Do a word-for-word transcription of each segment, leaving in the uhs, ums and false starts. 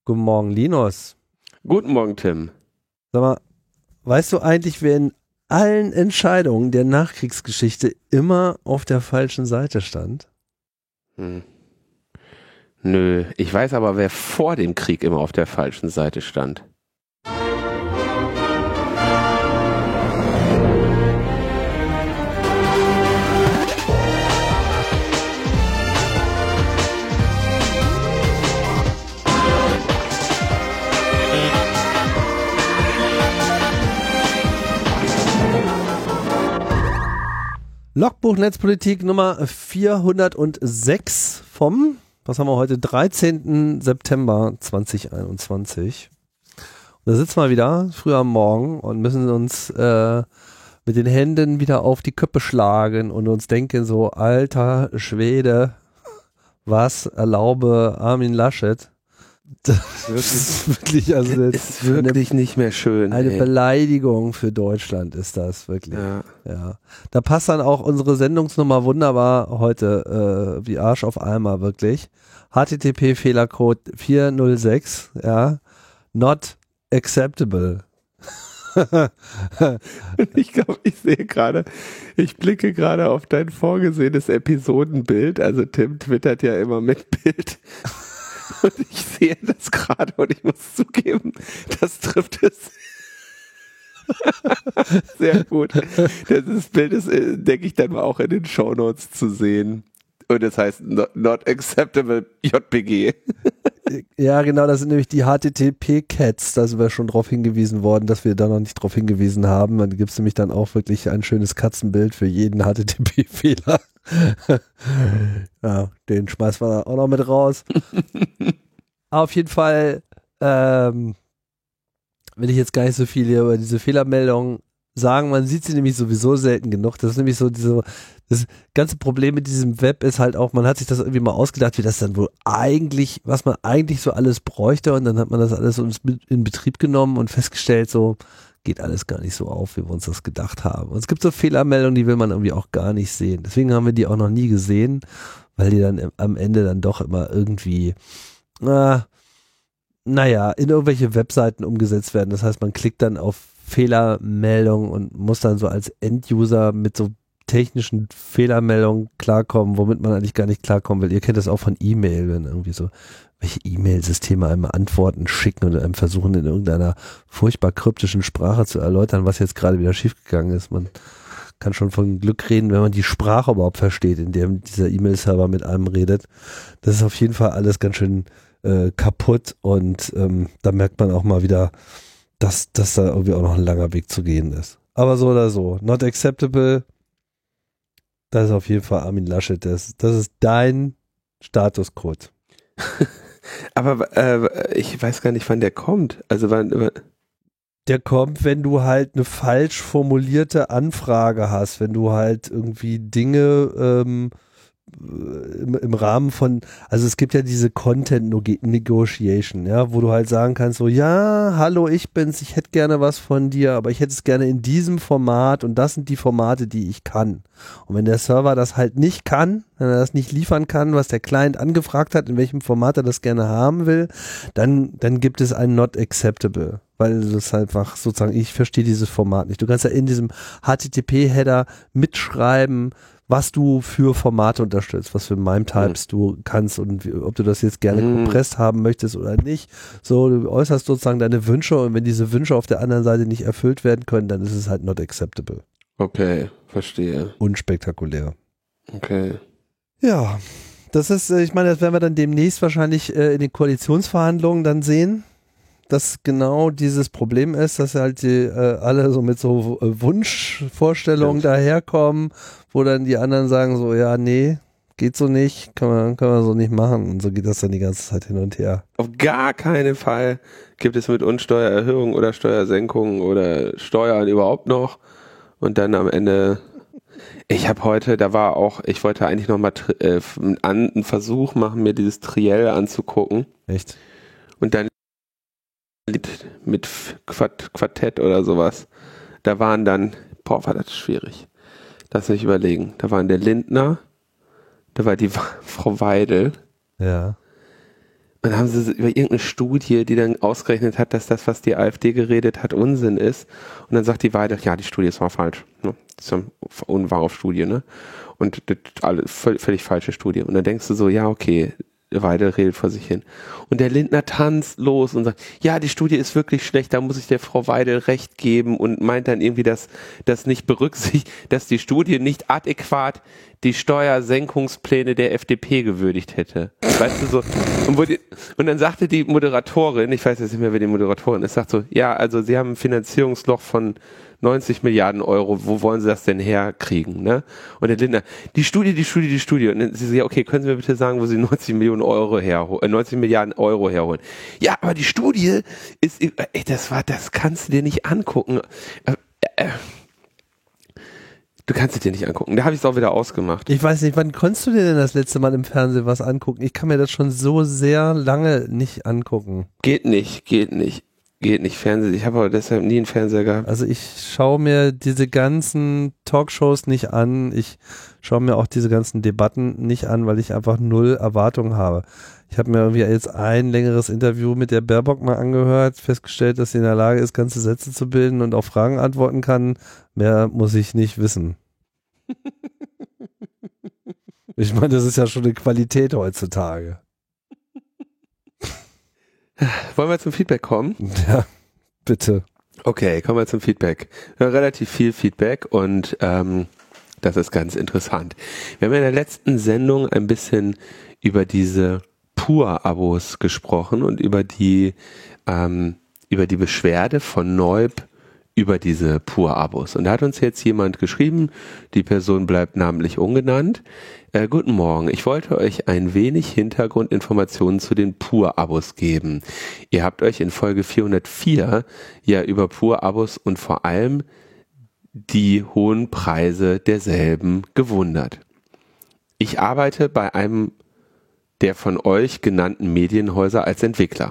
Guten Morgen, Linus. Guten Morgen, Tim. Sag mal, weißt du eigentlich, wer in allen Entscheidungen der Nachkriegsgeschichte immer auf der falschen Seite stand? Hm. Nö, ich weiß aber, wer vor dem Krieg immer auf der falschen Seite stand. Logbuch Netzpolitik Nummer vierhundertsechs vom, was haben wir heute, dreizehnten September zweitausendeinundzwanzig. Und da sitzen wir wieder, früh am Morgen und müssen uns äh, mit den Händen wieder auf die Köpfe schlagen und uns denken so, alter Schwede, was erlaube Armin Laschet? Das ist wirklich, also das ist wirklich eine, nicht mehr schön. Eine ey. Beleidigung für Deutschland ist das wirklich. Ja. Ja. Da passt dann auch unsere Sendungsnummer wunderbar heute, äh, wie Arsch auf Eimer, wirklich. H T T P Fehlercode vier null sechs, ja. Not acceptable. Ich glaube, ich sehe gerade, ich blicke gerade auf dein vorgesehenes Episodenbild. Also Tim twittert ja immer mit Bild. Und ich sehe das gerade und ich muss zugeben, das trifft es sehr gut. Das Bild ist, denke ich, dann mal auch in den Shownotes zu sehen. Und das heißt not, not acceptable J P G. Ja, genau, das sind nämlich die H T T P-Cats, da sind wir schon drauf hingewiesen worden, dass wir da noch nicht drauf hingewiesen haben. Dann gibt es nämlich dann auch wirklich ein schönes Katzenbild für jeden H T T P-Fehler. Ja, den schmeißen wir auch noch mit raus. Auf jeden Fall ähm, will ich jetzt gar nicht so viel hier über diese Fehlermeldung sagen. Man sieht sie nämlich sowieso selten genug. Das ist nämlich so diese, das ganze Problem mit diesem Web ist halt auch, man hat sich das irgendwie mal ausgedacht, wie das dann wohl eigentlich, was man eigentlich so alles bräuchte, und dann hat man das alles so in Betrieb genommen und festgestellt, so geht alles gar nicht so auf, wie wir uns das gedacht haben. Und es gibt so Fehlermeldungen, die will man irgendwie auch gar nicht sehen. Deswegen haben wir die auch noch nie gesehen, weil die dann am Ende dann doch immer irgendwie, na, naja, in irgendwelche Webseiten umgesetzt werden. Das heißt, man klickt dann auf Fehlermeldungen und muss dann so als End-User mit so technischen Fehlermeldungen klarkommen, womit man eigentlich gar nicht klarkommen will. Ihr kennt das auch von E-Mail, wenn irgendwie so welche E-Mail-Systeme einem Antworten schicken und einem versuchen, in irgendeiner furchtbar kryptischen Sprache zu erläutern, was jetzt gerade wieder schiefgegangen ist. Man kann schon von Glück reden, wenn man die Sprache überhaupt versteht, in der dieser E-Mail-Server mit einem redet. Das ist auf jeden Fall alles ganz schön äh, kaputt, und ähm, da merkt man auch mal wieder, dass, dass da irgendwie auch noch ein langer Weg zu gehen ist. Aber so oder so, not acceptable, das ist auf jeden Fall Armin Laschet, das, das ist dein Statuscode. Aber äh, ich weiß gar nicht, wann der kommt. Also wann, wann der kommt, wenn du halt eine falsch formulierte Anfrage hast, wenn du halt irgendwie Dinge ähm, im, im Rahmen von, also es gibt ja diese Content Negotiation, ja, wo du halt sagen kannst, so, ja, hallo, ich bin's, ich hätte gerne was von dir, aber ich hätte es gerne in diesem Format und das sind die Formate, die ich kann. Und wenn der Server das halt nicht kann, wenn er das nicht liefern kann, was der Client angefragt hat, in welchem Format er das gerne haben will, dann, dann gibt es ein Not Acceptable. Weil das einfach sozusagen, ich verstehe dieses Format nicht. Du kannst ja in diesem H T T P-Header mitschreiben, was du für Formate unterstützt, was für Mime-Types mhm. du kannst und wie, ob du das jetzt gerne mhm. kompresst haben möchtest oder nicht. So, du äußerst sozusagen deine Wünsche, und wenn diese Wünsche auf der anderen Seite nicht erfüllt werden können, dann ist es halt not acceptable. Okay, verstehe. Unspektakulär. Okay. Ja, das ist, ich meine, das werden wir dann demnächst wahrscheinlich äh, in den Koalitionsverhandlungen dann sehen, dass genau dieses Problem ist, dass halt die äh, alle so mit so äh, Wunschvorstellungen ja. daherkommen, wo dann die anderen sagen so, ja, nee, geht so nicht, kann man, kann man so nicht machen, und so geht das dann die ganze Zeit hin und her. Auf gar keinen Fall gibt es mit uns Steuererhöhungen oder Steuersenkungen oder Steuern überhaupt noch, und dann am Ende, ich habe heute, da war auch, ich wollte eigentlich nochmal äh, einen Versuch machen, mir dieses Triell anzugucken. Echt? Und dann mit Quart- Quartett oder sowas. Da waren dann, boah, war das schwierig. Lass mich überlegen. Da waren der Lindner, da war die Frau Weidel. Ja. Und dann haben sie über irgendeine Studie, die dann ausgerechnet hat, dass das, was die AfD geredet hat, Unsinn ist. Und dann sagt die Weide, ja, die Studie ist mal falsch. Ne? Das ist eine unwahre Studie, ne? Und das ist alle völlig, völlig falsche Studie. Und dann denkst du so, ja, okay, Weide redet vor sich hin. Und der Lindner tanzt los und sagt, ja, die Studie ist wirklich schlecht, da muss ich der Frau Weidel recht geben und meint dann irgendwie, dass das nicht berücksichtigt, dass die Studie nicht adäquat die Steuersenkungspläne der F D P gewürdigt hätte. Weißt du so? Und, wo die, und dann sagte die Moderatorin, ich weiß jetzt nicht mehr, wer die Moderatorin ist, sagt so, ja, also sie haben ein Finanzierungsloch von neunzig Milliarden Euro, wo wollen sie das denn herkriegen, ne? Und der Lindner, die Studie, die Studie, die Studie. Und dann sie so, ja, okay, können Sie mir bitte sagen, wo Sie neunzig Millionen Euro herholen, äh, neunzig Milliarden Euro herholen? Ja, aber die Studie ist, ey, das war, das kannst du dir nicht angucken. Äh, äh, du kannst es dir nicht angucken. Da habe ich es auch wieder ausgemacht. Ich weiß nicht, wann konntest du dir denn das letzte Mal im Fernsehen was angucken? Ich kann mir das schon so sehr lange nicht angucken. Geht nicht, geht nicht. Geht nicht, Fernsehen. Ich habe aber deshalb nie einen Fernseher gehabt. Also ich schaue mir diese ganzen Talkshows nicht an. Ich schaue mir auch diese ganzen Debatten nicht an, weil ich einfach null Erwartungen habe. Ich habe mir irgendwie jetzt ein längeres Interview mit der Baerbock mal angehört, festgestellt, dass sie in der Lage ist, ganze Sätze zu bilden und auf Fragen antworten kann. Mehr muss ich nicht wissen. Ich meine, das ist ja schon eine Qualität heutzutage. Wollen wir zum Feedback kommen? Ja, bitte. Okay, kommen wir zum Feedback. Wir haben relativ viel Feedback und ähm, das ist ganz interessant. Wir haben in der letzten Sendung ein bisschen über diese Pur-Abos gesprochen und über die ähm, über die Beschwerde von Neub über diese Pur-Abos. Und da hat uns jetzt jemand geschrieben, die Person bleibt namentlich ungenannt. Äh, guten Morgen, ich wollte euch ein wenig Hintergrundinformationen zu den Pur-Abos geben. Ihr habt euch in Folge vierhundertvier ja über Pur-Abos und vor allem die hohen Preise derselben gewundert. Ich arbeite bei einem der von euch genannten Medienhäuser als Entwickler.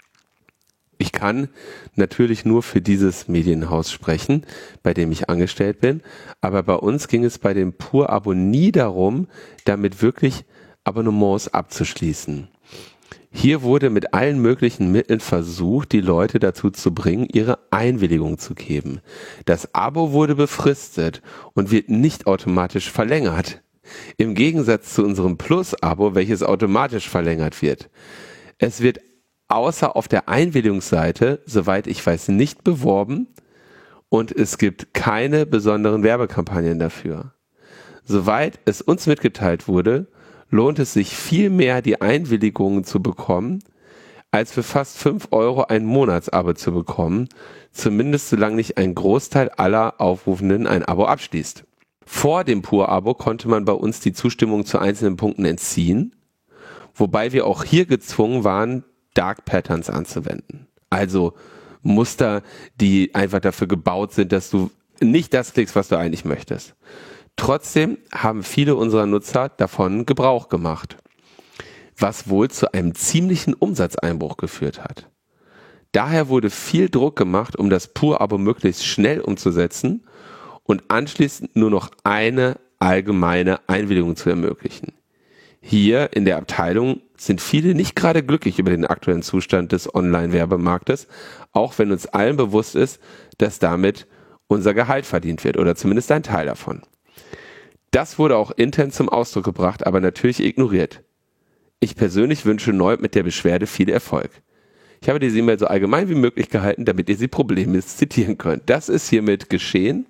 Ich kann natürlich nur für dieses Medienhaus sprechen, bei dem ich angestellt bin, aber bei uns ging es bei dem Pur-Abo nie darum, damit wirklich Abonnements abzuschließen. Hier wurde mit allen möglichen Mitteln versucht, die Leute dazu zu bringen, ihre Einwilligung zu geben. Das Abo wurde befristet und wird nicht automatisch verlängert. Im Gegensatz zu unserem Plus-Abo, welches automatisch verlängert wird. Es wird außer auf der Einwilligungsseite, soweit ich weiß, nicht beworben und es gibt keine besonderen Werbekampagnen dafür. Soweit es uns mitgeteilt wurde, lohnt es sich viel mehr, die Einwilligungen zu bekommen, als für fast fünf Euro ein Monatsabo zu bekommen, zumindest solange nicht ein Großteil aller Aufrufenden ein Abo abschließt. Vor dem Pur-Abo konnte man bei uns die Zustimmung zu einzelnen Punkten entziehen, wobei wir auch hier gezwungen waren, Dark Patterns anzuwenden. Also Muster, die einfach dafür gebaut sind, dass du nicht das klickst, was du eigentlich möchtest. Trotzdem haben viele unserer Nutzer davon Gebrauch gemacht, was wohl zu einem ziemlichen Umsatzeinbruch geführt hat. Daher wurde viel Druck gemacht, um das Pur-Abo möglichst schnell umzusetzen und anschließend nur noch eine allgemeine Einwilligung zu ermöglichen. Hier in der Abteilung sind viele nicht gerade glücklich über den aktuellen Zustand des Online-Werbemarktes, auch wenn uns allen bewusst ist, dass damit unser Gehalt verdient wird oder zumindest ein Teil davon. Das wurde auch intern zum Ausdruck gebracht, aber natürlich ignoriert. Ich persönlich wünsche Neub mit der Beschwerde viel Erfolg. Ich habe diese E-Mail so allgemein wie möglich gehalten, damit ihr sie problemlos zitieren könnt. Das ist hiermit geschehen.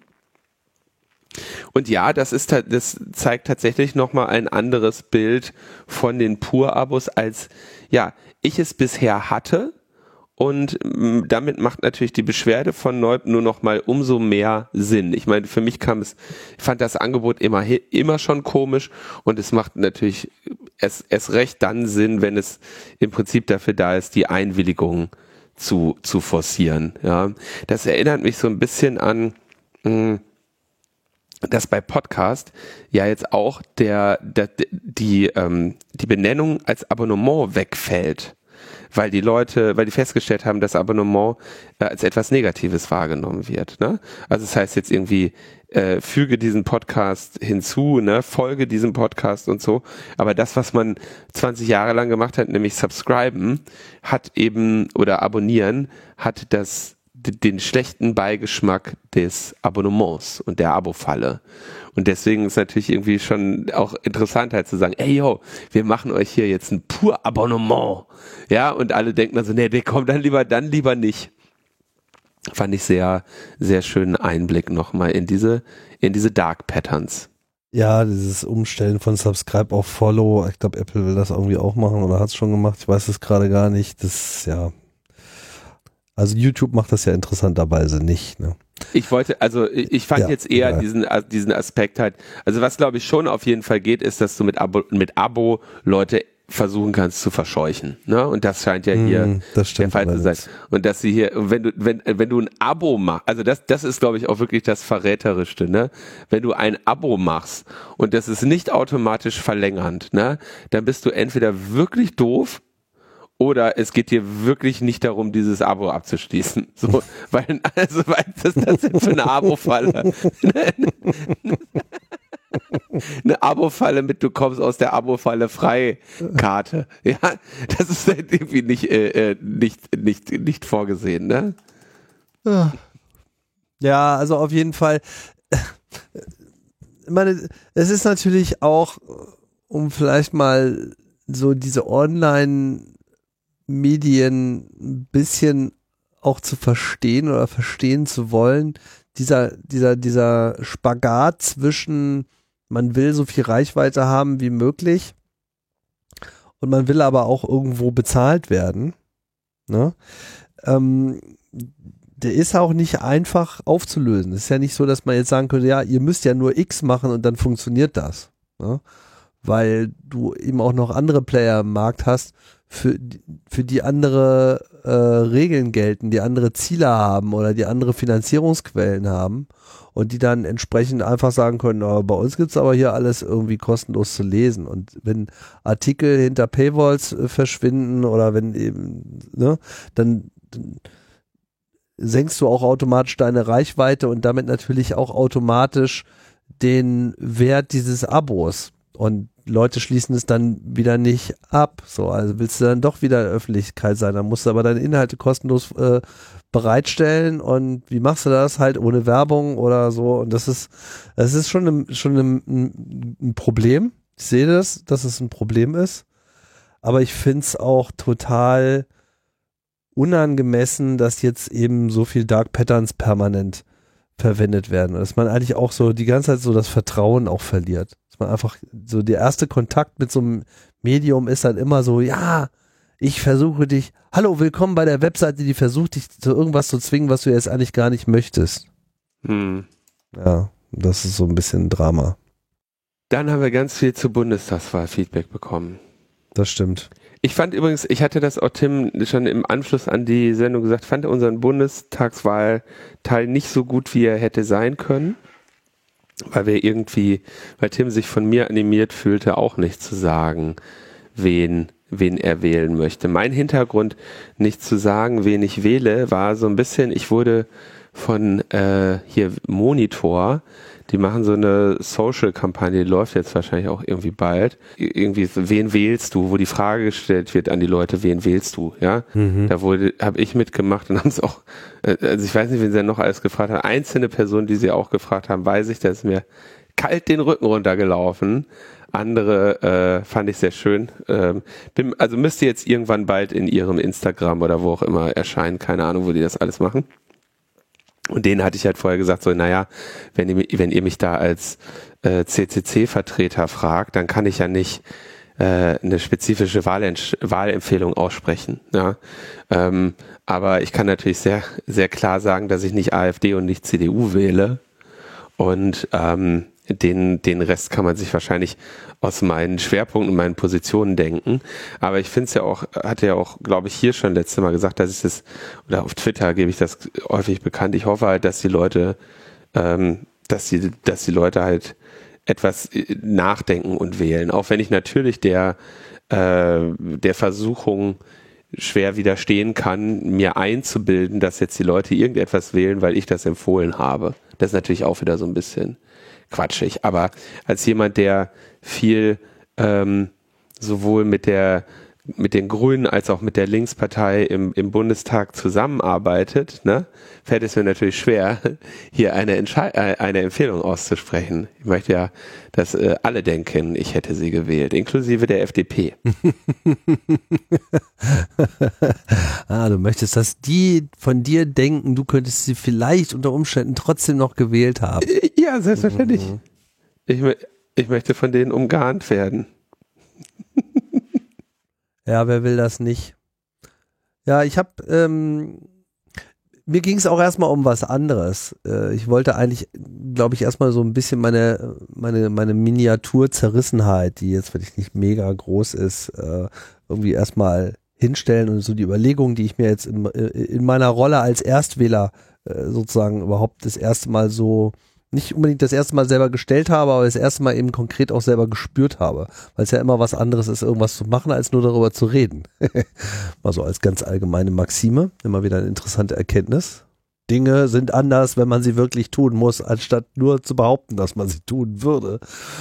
Und ja, das ist das zeigt tatsächlich nochmal ein anderes Bild von den Pur-Abos, als ja ich es bisher hatte. Und damit macht natürlich die Beschwerde von Neub nur noch mal umso mehr Sinn. Ich meine, für mich kam es, ich fand das Angebot immer, immer schon komisch und es macht natürlich erst, erst recht dann Sinn, wenn es im Prinzip dafür da ist, die Einwilligung zu, zu forcieren. Ja, das erinnert mich so ein bisschen an, mh, dass bei Podcast ja jetzt auch der, der die, ähm, die Benennung als Abonnement wegfällt. Weil die Leute, weil die festgestellt haben, dass Abonnement äh, als etwas Negatives wahrgenommen wird. Ne? Also das heißt jetzt irgendwie äh, füge diesen Podcast hinzu, ne, folge diesem Podcast und so. Aber das, was man zwanzig Jahre lang gemacht hat, nämlich subscriben, hat eben, oder abonnieren, hat das den schlechten Beigeschmack des Abonnements und der Abo-Falle. Und deswegen ist natürlich irgendwie schon auch interessant halt zu sagen, ey yo, wir machen euch hier jetzt ein Pur-Abonnement. Ja, und alle denken dann so, nee, der kommt dann lieber, dann lieber nicht. Fand ich sehr, sehr schönen Einblick nochmal in diese, in diese Dark Patterns. Ja, dieses Umstellen von Subscribe auf Follow, ich glaube, Apple will das irgendwie auch machen oder hat es schon gemacht, ich weiß es gerade gar nicht, das, ja. Also YouTube macht das ja interessanterweise nicht, ne? Ich wollte, also ich fand ja, jetzt eher ja. diesen, diesen Aspekt halt, also was glaube ich schon auf jeden Fall geht, ist, dass du mit Abo, mit Abo Leute versuchen kannst zu verscheuchen, ne? Und das scheint ja hier mm, das der Fall zu sein. Und dass sie hier, wenn du, wenn, wenn du ein Abo machst, also das, das ist glaube ich auch wirklich das Verräterischste, ne? Wenn du ein Abo machst und das ist nicht automatisch verlängernd, ne? Dann bist du entweder wirklich doof, oder es geht dir wirklich nicht darum, dieses Abo abzuschließen. So, weil, also, was ist das denn für eine Abo-Falle? Eine Abo-Falle mit, du kommst aus der Abo-Falle frei Karte. Ja, das ist halt irgendwie nicht, äh, nicht, nicht, nicht vorgesehen, ne? Ja, also auf jeden Fall. Ich meine, es ist natürlich auch, um vielleicht mal so diese Online- Medien ein bisschen auch zu verstehen oder verstehen zu wollen, dieser, dieser, dieser Spagat zwischen, man will so viel Reichweite haben wie möglich und man will aber auch irgendwo bezahlt werden, ne? Ähm, der ist auch nicht einfach aufzulösen. Es ist ja nicht so, dass man jetzt sagen könnte, ja, ihr müsst ja nur X machen und dann funktioniert das, ne? Weil du eben auch noch andere Player im Markt hast, für, für die andere äh, Regeln gelten, die andere Ziele haben oder die andere Finanzierungsquellen haben und die dann entsprechend einfach sagen können, oh, bei uns gibt es aber hier alles irgendwie kostenlos zu lesen. Und wenn Artikel hinter Paywalls äh, verschwinden oder wenn eben, ne, dann, dann senkst du auch automatisch deine Reichweite und damit natürlich auch automatisch den Wert dieses Abos. Und Leute schließen es dann wieder nicht ab. So, also willst du dann doch wieder in der Öffentlichkeit sein, dann musst du aber deine Inhalte kostenlos äh, bereitstellen. Und wie machst du das? Halt ohne Werbung oder so. Und das ist, das ist schon, ein, schon ein, ein Problem. Ich sehe das, dass es ein Problem ist. Aber ich finde es auch total unangemessen, dass jetzt eben so viel Dark Patterns permanent verwendet werden. Und dass man eigentlich auch so die ganze Zeit so das Vertrauen auch verliert. Dass man einfach so der erste Kontakt mit so einem Medium ist dann immer so, ja, ich versuche dich, hallo, willkommen bei der Webseite, die versucht dich zu irgendwas zu zwingen, was du jetzt eigentlich gar nicht möchtest. Hm. Ja, das ist so ein bisschen ein Drama. Dann haben wir ganz viel zur Bundestagswahl Feedback bekommen. Das stimmt. Ich fand übrigens, ich hatte das auch Tim schon im Anschluss an die Sendung gesagt, fand unseren Bundestagswahlteil nicht so gut, wie er hätte sein können, weil wir irgendwie, weil Tim sich von mir animiert fühlte, auch nicht zu sagen, wen, wen er wählen möchte. Mein Hintergrund, nicht zu sagen, wen ich wähle, war so ein bisschen, ich wurde von äh, hier Monitor, die machen so eine Social-Kampagne, die läuft jetzt wahrscheinlich auch irgendwie bald. Irgendwie, wen wählst du? Wo die Frage gestellt wird an die Leute, wen wählst du? Ja, mhm. Da wurde, habe ich mitgemacht und haben es auch, also ich weiß nicht, wen sie dann noch alles gefragt haben. Einzelne Personen, die sie auch gefragt haben, weiß ich, da ist mir kalt den Rücken runtergelaufen. Andere äh, fand ich sehr schön. Ähm, bin, also müsste jetzt irgendwann bald in ihrem Instagram oder wo auch immer erscheinen. Keine Ahnung, wo die das alles machen. Und denen hatte ich halt vorher gesagt, so, naja, wenn ihr, wenn ihr mich da als äh, C C C-Vertreter fragt, dann kann ich ja nicht äh, eine spezifische Wahlentsch- Wahlempfehlung aussprechen. Ja? Ähm, aber ich kann natürlich sehr, sehr klar sagen, dass ich nicht AfD und nicht C D U wähle. Und ähm, den, den Rest kann man sich wahrscheinlich aus meinen Schwerpunkten und meinen Positionen denken. Aber ich finde es ja auch, hatte ja auch, glaube ich, hier schon letztes Mal gesagt, dass ich das, oder auf Twitter gebe ich das häufig bekannt. Ich hoffe halt, dass die Leute, ähm, dass die, dass die Leute halt etwas nachdenken und wählen. Auch wenn ich natürlich der, äh, der Versuchung schwer widerstehen kann, mir einzubilden, dass jetzt die Leute irgendetwas wählen, weil ich das empfohlen habe. Das ist natürlich auch wieder so ein bisschen quatschig. Aber als jemand, der viel ähm, sowohl mit der mit den Grünen als auch mit der Linkspartei im, im Bundestag zusammenarbeitet, ne, fällt es mir natürlich schwer, hier eine, Entschei- äh, eine Empfehlung auszusprechen. Ich möchte ja, dass äh, alle denken, ich hätte sie gewählt, inklusive der F D P. Ah, du möchtest, dass die von dir denken, du könntest sie vielleicht unter Umständen trotzdem noch gewählt haben. Ja, selbstverständlich. Mhm. Ich, ich möchte von denen umgarnt werden. Ja, wer will das nicht? Ja, ich habe, ähm, mir ging es auch erstmal um was anderes. Äh, ich wollte eigentlich, glaube ich, erstmal so ein bisschen meine, meine, meine Miniaturzerrissenheit, die jetzt vielleicht nicht mega groß ist, äh, irgendwie erstmal hinstellen und so die Überlegungen, die ich mir jetzt in, in meiner Rolle als Erstwähler äh, sozusagen überhaupt das erste Mal so, nicht unbedingt das erste Mal selber gestellt habe, aber das erste Mal eben konkret auch selber gespürt habe. Weil es ja immer was anderes ist, irgendwas zu machen, als nur darüber zu reden. Mal so als ganz allgemeine Maxime. Immer wieder eine interessante Erkenntnis. Dinge sind anders, wenn man sie wirklich tun muss, anstatt nur zu behaupten, dass man sie tun würde.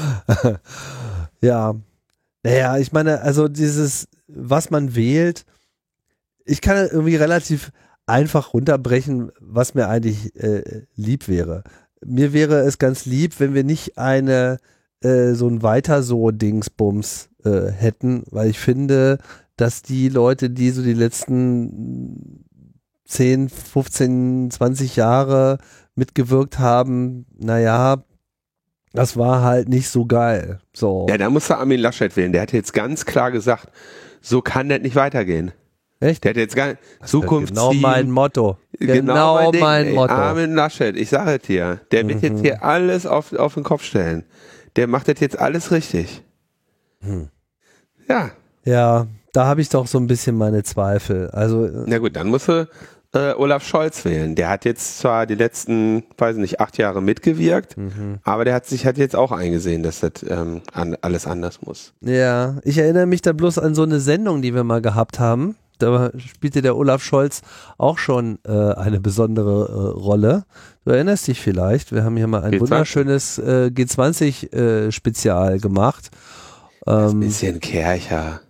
Ja. Naja, ich meine, also dieses, was man wählt, ich kann irgendwie relativ einfach runterbrechen, was mir eigentlich äh, lieb wäre. Mir wäre es ganz lieb, wenn wir nicht eine äh, so ein Weiter-so-Dingsbums äh, hätten, weil ich finde, dass die Leute, die so die letzten zehn, fünfzehn, zwanzig Jahre mitgewirkt haben, naja, das war halt nicht so geil. So. Ja, da musst du Armin Laschet wählen. Der hat jetzt ganz klar gesagt, so kann das nicht weitergehen. Echt? Der hat jetzt gar Zukunft Genau mein Motto. Genau, genau mein, Ding, mein ey, Motto. Armin Laschet, ich sage es dir, der wird Mhm. jetzt hier alles auf, auf den Kopf stellen. Der macht das jetzt alles richtig. Hm. Ja. Ja, da habe ich doch so ein bisschen meine Zweifel. Also, Na gut, dann musst du äh, Olaf Scholz wählen. Der hat jetzt zwar die letzten, weiß nicht, acht Jahre mitgewirkt, mhm. aber der hat sich hat jetzt auch eingesehen, dass das ähm, an, alles anders muss. Ja, ich erinnere mich da bloß an so eine Sendung, die wir mal gehabt haben. Da spielte der Olaf Scholz auch schon äh, eine besondere äh, Rolle. Du erinnerst dich vielleicht, wir haben hier mal ein G zwanzig. Wunderschönes äh, G zwanzig äh, Spezial gemacht. Das Ähm, bisschen Kercher.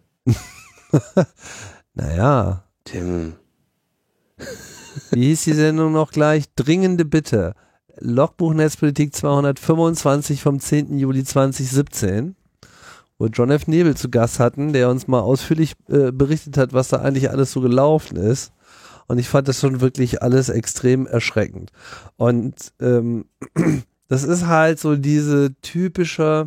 Naja. Tim. Wie hieß die Sendung noch gleich? Dringende Bitte. Logbuch Netzpolitik zweihundertfünfundzwanzig vom zehnten Juli zweitausendsiebzehn. Wo John F. Nebel zu Gast hatten, der uns mal ausführlich äh, berichtet hat, was da eigentlich alles so gelaufen ist. Und ich fand das schon wirklich alles extrem erschreckend. Und ähm, das ist halt so diese typische,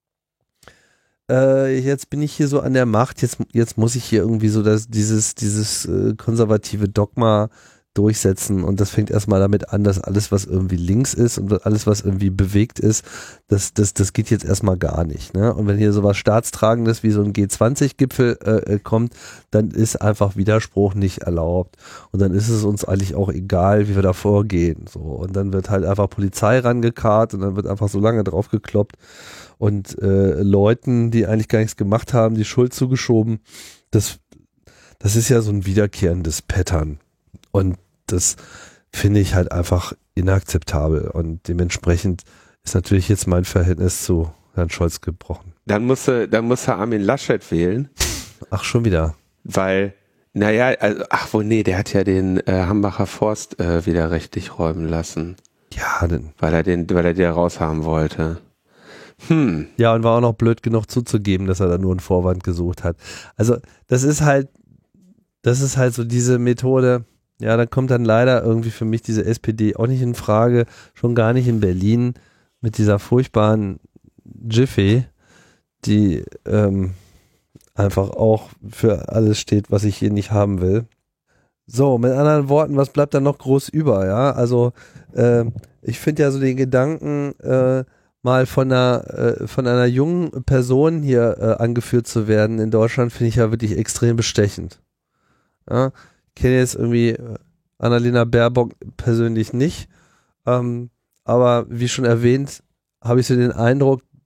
äh, jetzt bin ich hier so an der Macht, jetzt, jetzt muss ich hier irgendwie so das, dieses, dieses äh, konservative Dogma durchsetzen und das fängt erstmal damit an, dass alles, was irgendwie links ist und alles, was irgendwie bewegt ist, das, das, das geht jetzt erstmal gar nicht. Ne? Und wenn hier sowas Staatstragendes wie so ein G zwanzig Gipfel äh, kommt, dann ist einfach Widerspruch nicht erlaubt. Und dann ist es uns eigentlich auch egal, wie wir da vorgehen. So. Und dann wird halt einfach Polizei rangekarrt und dann wird einfach so lange drauf gekloppt und äh, Leuten, die eigentlich gar nichts gemacht haben, die Schuld zugeschoben. Das, das ist ja so ein wiederkehrendes Pattern. Und das finde ich halt einfach inakzeptabel und dementsprechend ist natürlich jetzt mein Verhältnis zu Herrn Scholz gebrochen. Dann musste, dann musste Armin Laschet wählen. Ach, schon wieder. Weil, naja, also, ach wo, nee, der hat ja den äh, Hambacher Forst äh, wieder rechtlich räumen lassen. Ja, denn. Weil er den, weil er den raushaben wollte. Hm. Ja, und war auch noch blöd genug zuzugeben, dass er da nur einen Vorwand gesucht hat. Also, das ist halt, das ist halt so diese Methode. Ja, da kommt dann leider irgendwie für mich diese S P D auch nicht in Frage, schon gar nicht in Berlin mit dieser furchtbaren Jiffy, die ähm, einfach auch für alles steht, was ich hier nicht haben will. So, mit anderen Worten, was bleibt da noch groß über, ja? Also äh, ich finde ja so den Gedanken, äh, mal von einer, äh, von einer jungen Person hier äh, angeführt zu werden in Deutschland, finde ich ja wirklich extrem bestechend. Ja? Ich kenne jetzt irgendwie Annalena Baerbock persönlich nicht, ähm, aber wie schon erwähnt, habe ich so den Eindruck,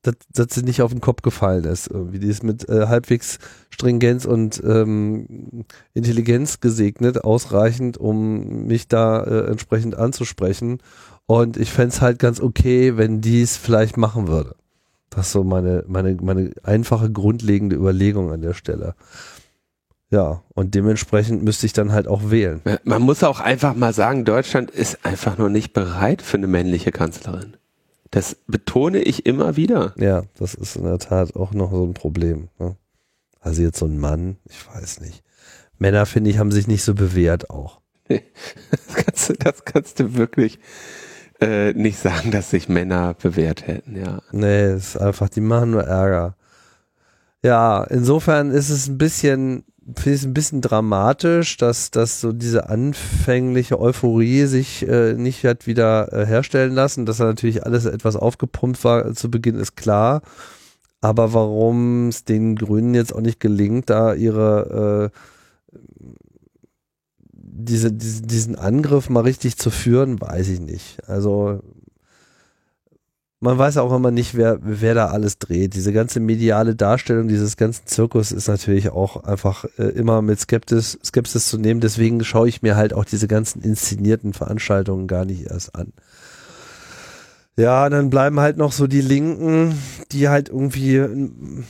dass, dass sie nicht auf den Kopf gefallen ist. Irgendwie. Die ist mit äh, halbwegs Stringenz und ähm, Intelligenz gesegnet, ausreichend, um mich da äh, entsprechend anzusprechen. Und ich fände es halt ganz okay, wenn die es vielleicht machen würde. Das ist so meine, meine, meine einfache, grundlegende Überlegung an der Stelle. Ja, und dementsprechend müsste ich dann halt auch wählen. Man muss auch einfach mal sagen, Deutschland ist einfach noch nicht bereit für eine männliche Kanzlerin. Das betone ich immer wieder. Ja, das ist in der Tat auch noch so ein Problem. Ne? Also jetzt so ein Mann, ich weiß nicht. Männer, finde ich, haben sich nicht so bewährt auch. Nee, das kannst du, das kannst du wirklich äh, nicht sagen, dass sich Männer bewährt hätten, ja. Nee, es ist einfach, die machen nur Ärger. Ja, insofern ist es ein bisschen, finde ich es ein bisschen dramatisch, dass, dass so diese anfängliche Euphorie sich äh, nicht hat wieder äh, herstellen lassen, dass da natürlich alles etwas aufgepumpt war zu Beginn, ist klar. Aber warum es den Grünen jetzt auch nicht gelingt, da ihre äh, diese, diese, diesen Angriff mal richtig zu führen, weiß ich nicht. Also man weiß auch immer nicht, wer, wer da alles dreht. Diese ganze mediale Darstellung dieses ganzen Zirkus ist natürlich auch einfach äh, immer mit Skeptis, Skepsis zu nehmen. Deswegen schaue ich mir halt auch diese ganzen inszenierten Veranstaltungen gar nicht erst an. Ja, dann bleiben halt noch so die Linken, die halt irgendwie in,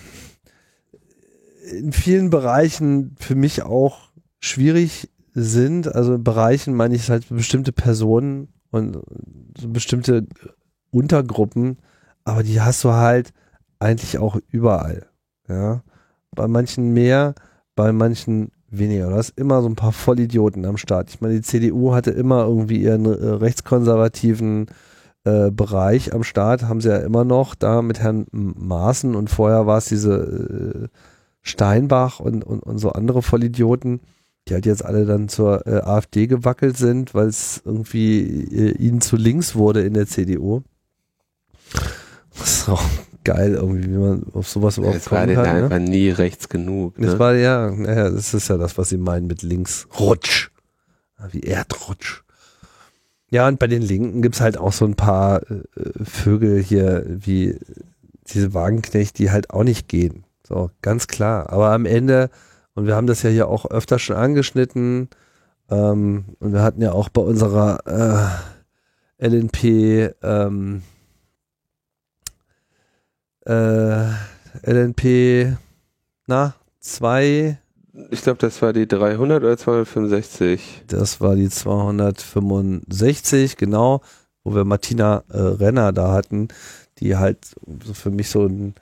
in vielen Bereichen für mich auch schwierig sind. Also in Bereichen meine ich halt bestimmte Personen und so bestimmte Untergruppen, aber die hast du halt eigentlich auch überall. Ja, bei manchen mehr, bei manchen weniger. Du hast immer so ein paar Vollidioten am Start. Ich meine, die C D U hatte immer irgendwie ihren äh, rechtskonservativen äh, Bereich am Start, haben sie ja immer noch, da mit Herrn Maaßen, und vorher war es diese äh, Steinbach und, und, und so andere Vollidioten, die halt jetzt alle dann zur äh, AfD gewackelt sind, weil es irgendwie äh, ihnen zu links wurde in der C D U. Das ist auch geil irgendwie, wie man auf sowas überhaupt es kommen kann. Es war denn einfach ne? nie rechts genug. Ne? Das war ja, naja, das ist ja das, was sie meinen mit links. Rutsch. Wie Erdrutsch. Ja, und bei den Linken gibt's halt auch so ein paar äh, Vögel hier, wie diese Wagenknecht, die halt auch nicht gehen. So, ganz klar. Aber am Ende, und wir haben das ja hier auch öfter schon angeschnitten, ähm, und wir hatten ja auch bei unserer äh, L N P ähm, äh, L N P na, zwei ich glaube, das war die dreihundert oder zweihundertfünfundsechzig. Das war die zweihundertfünfundsechzig, genau, wo wir Martina äh, Renner da hatten, die halt so für mich so ein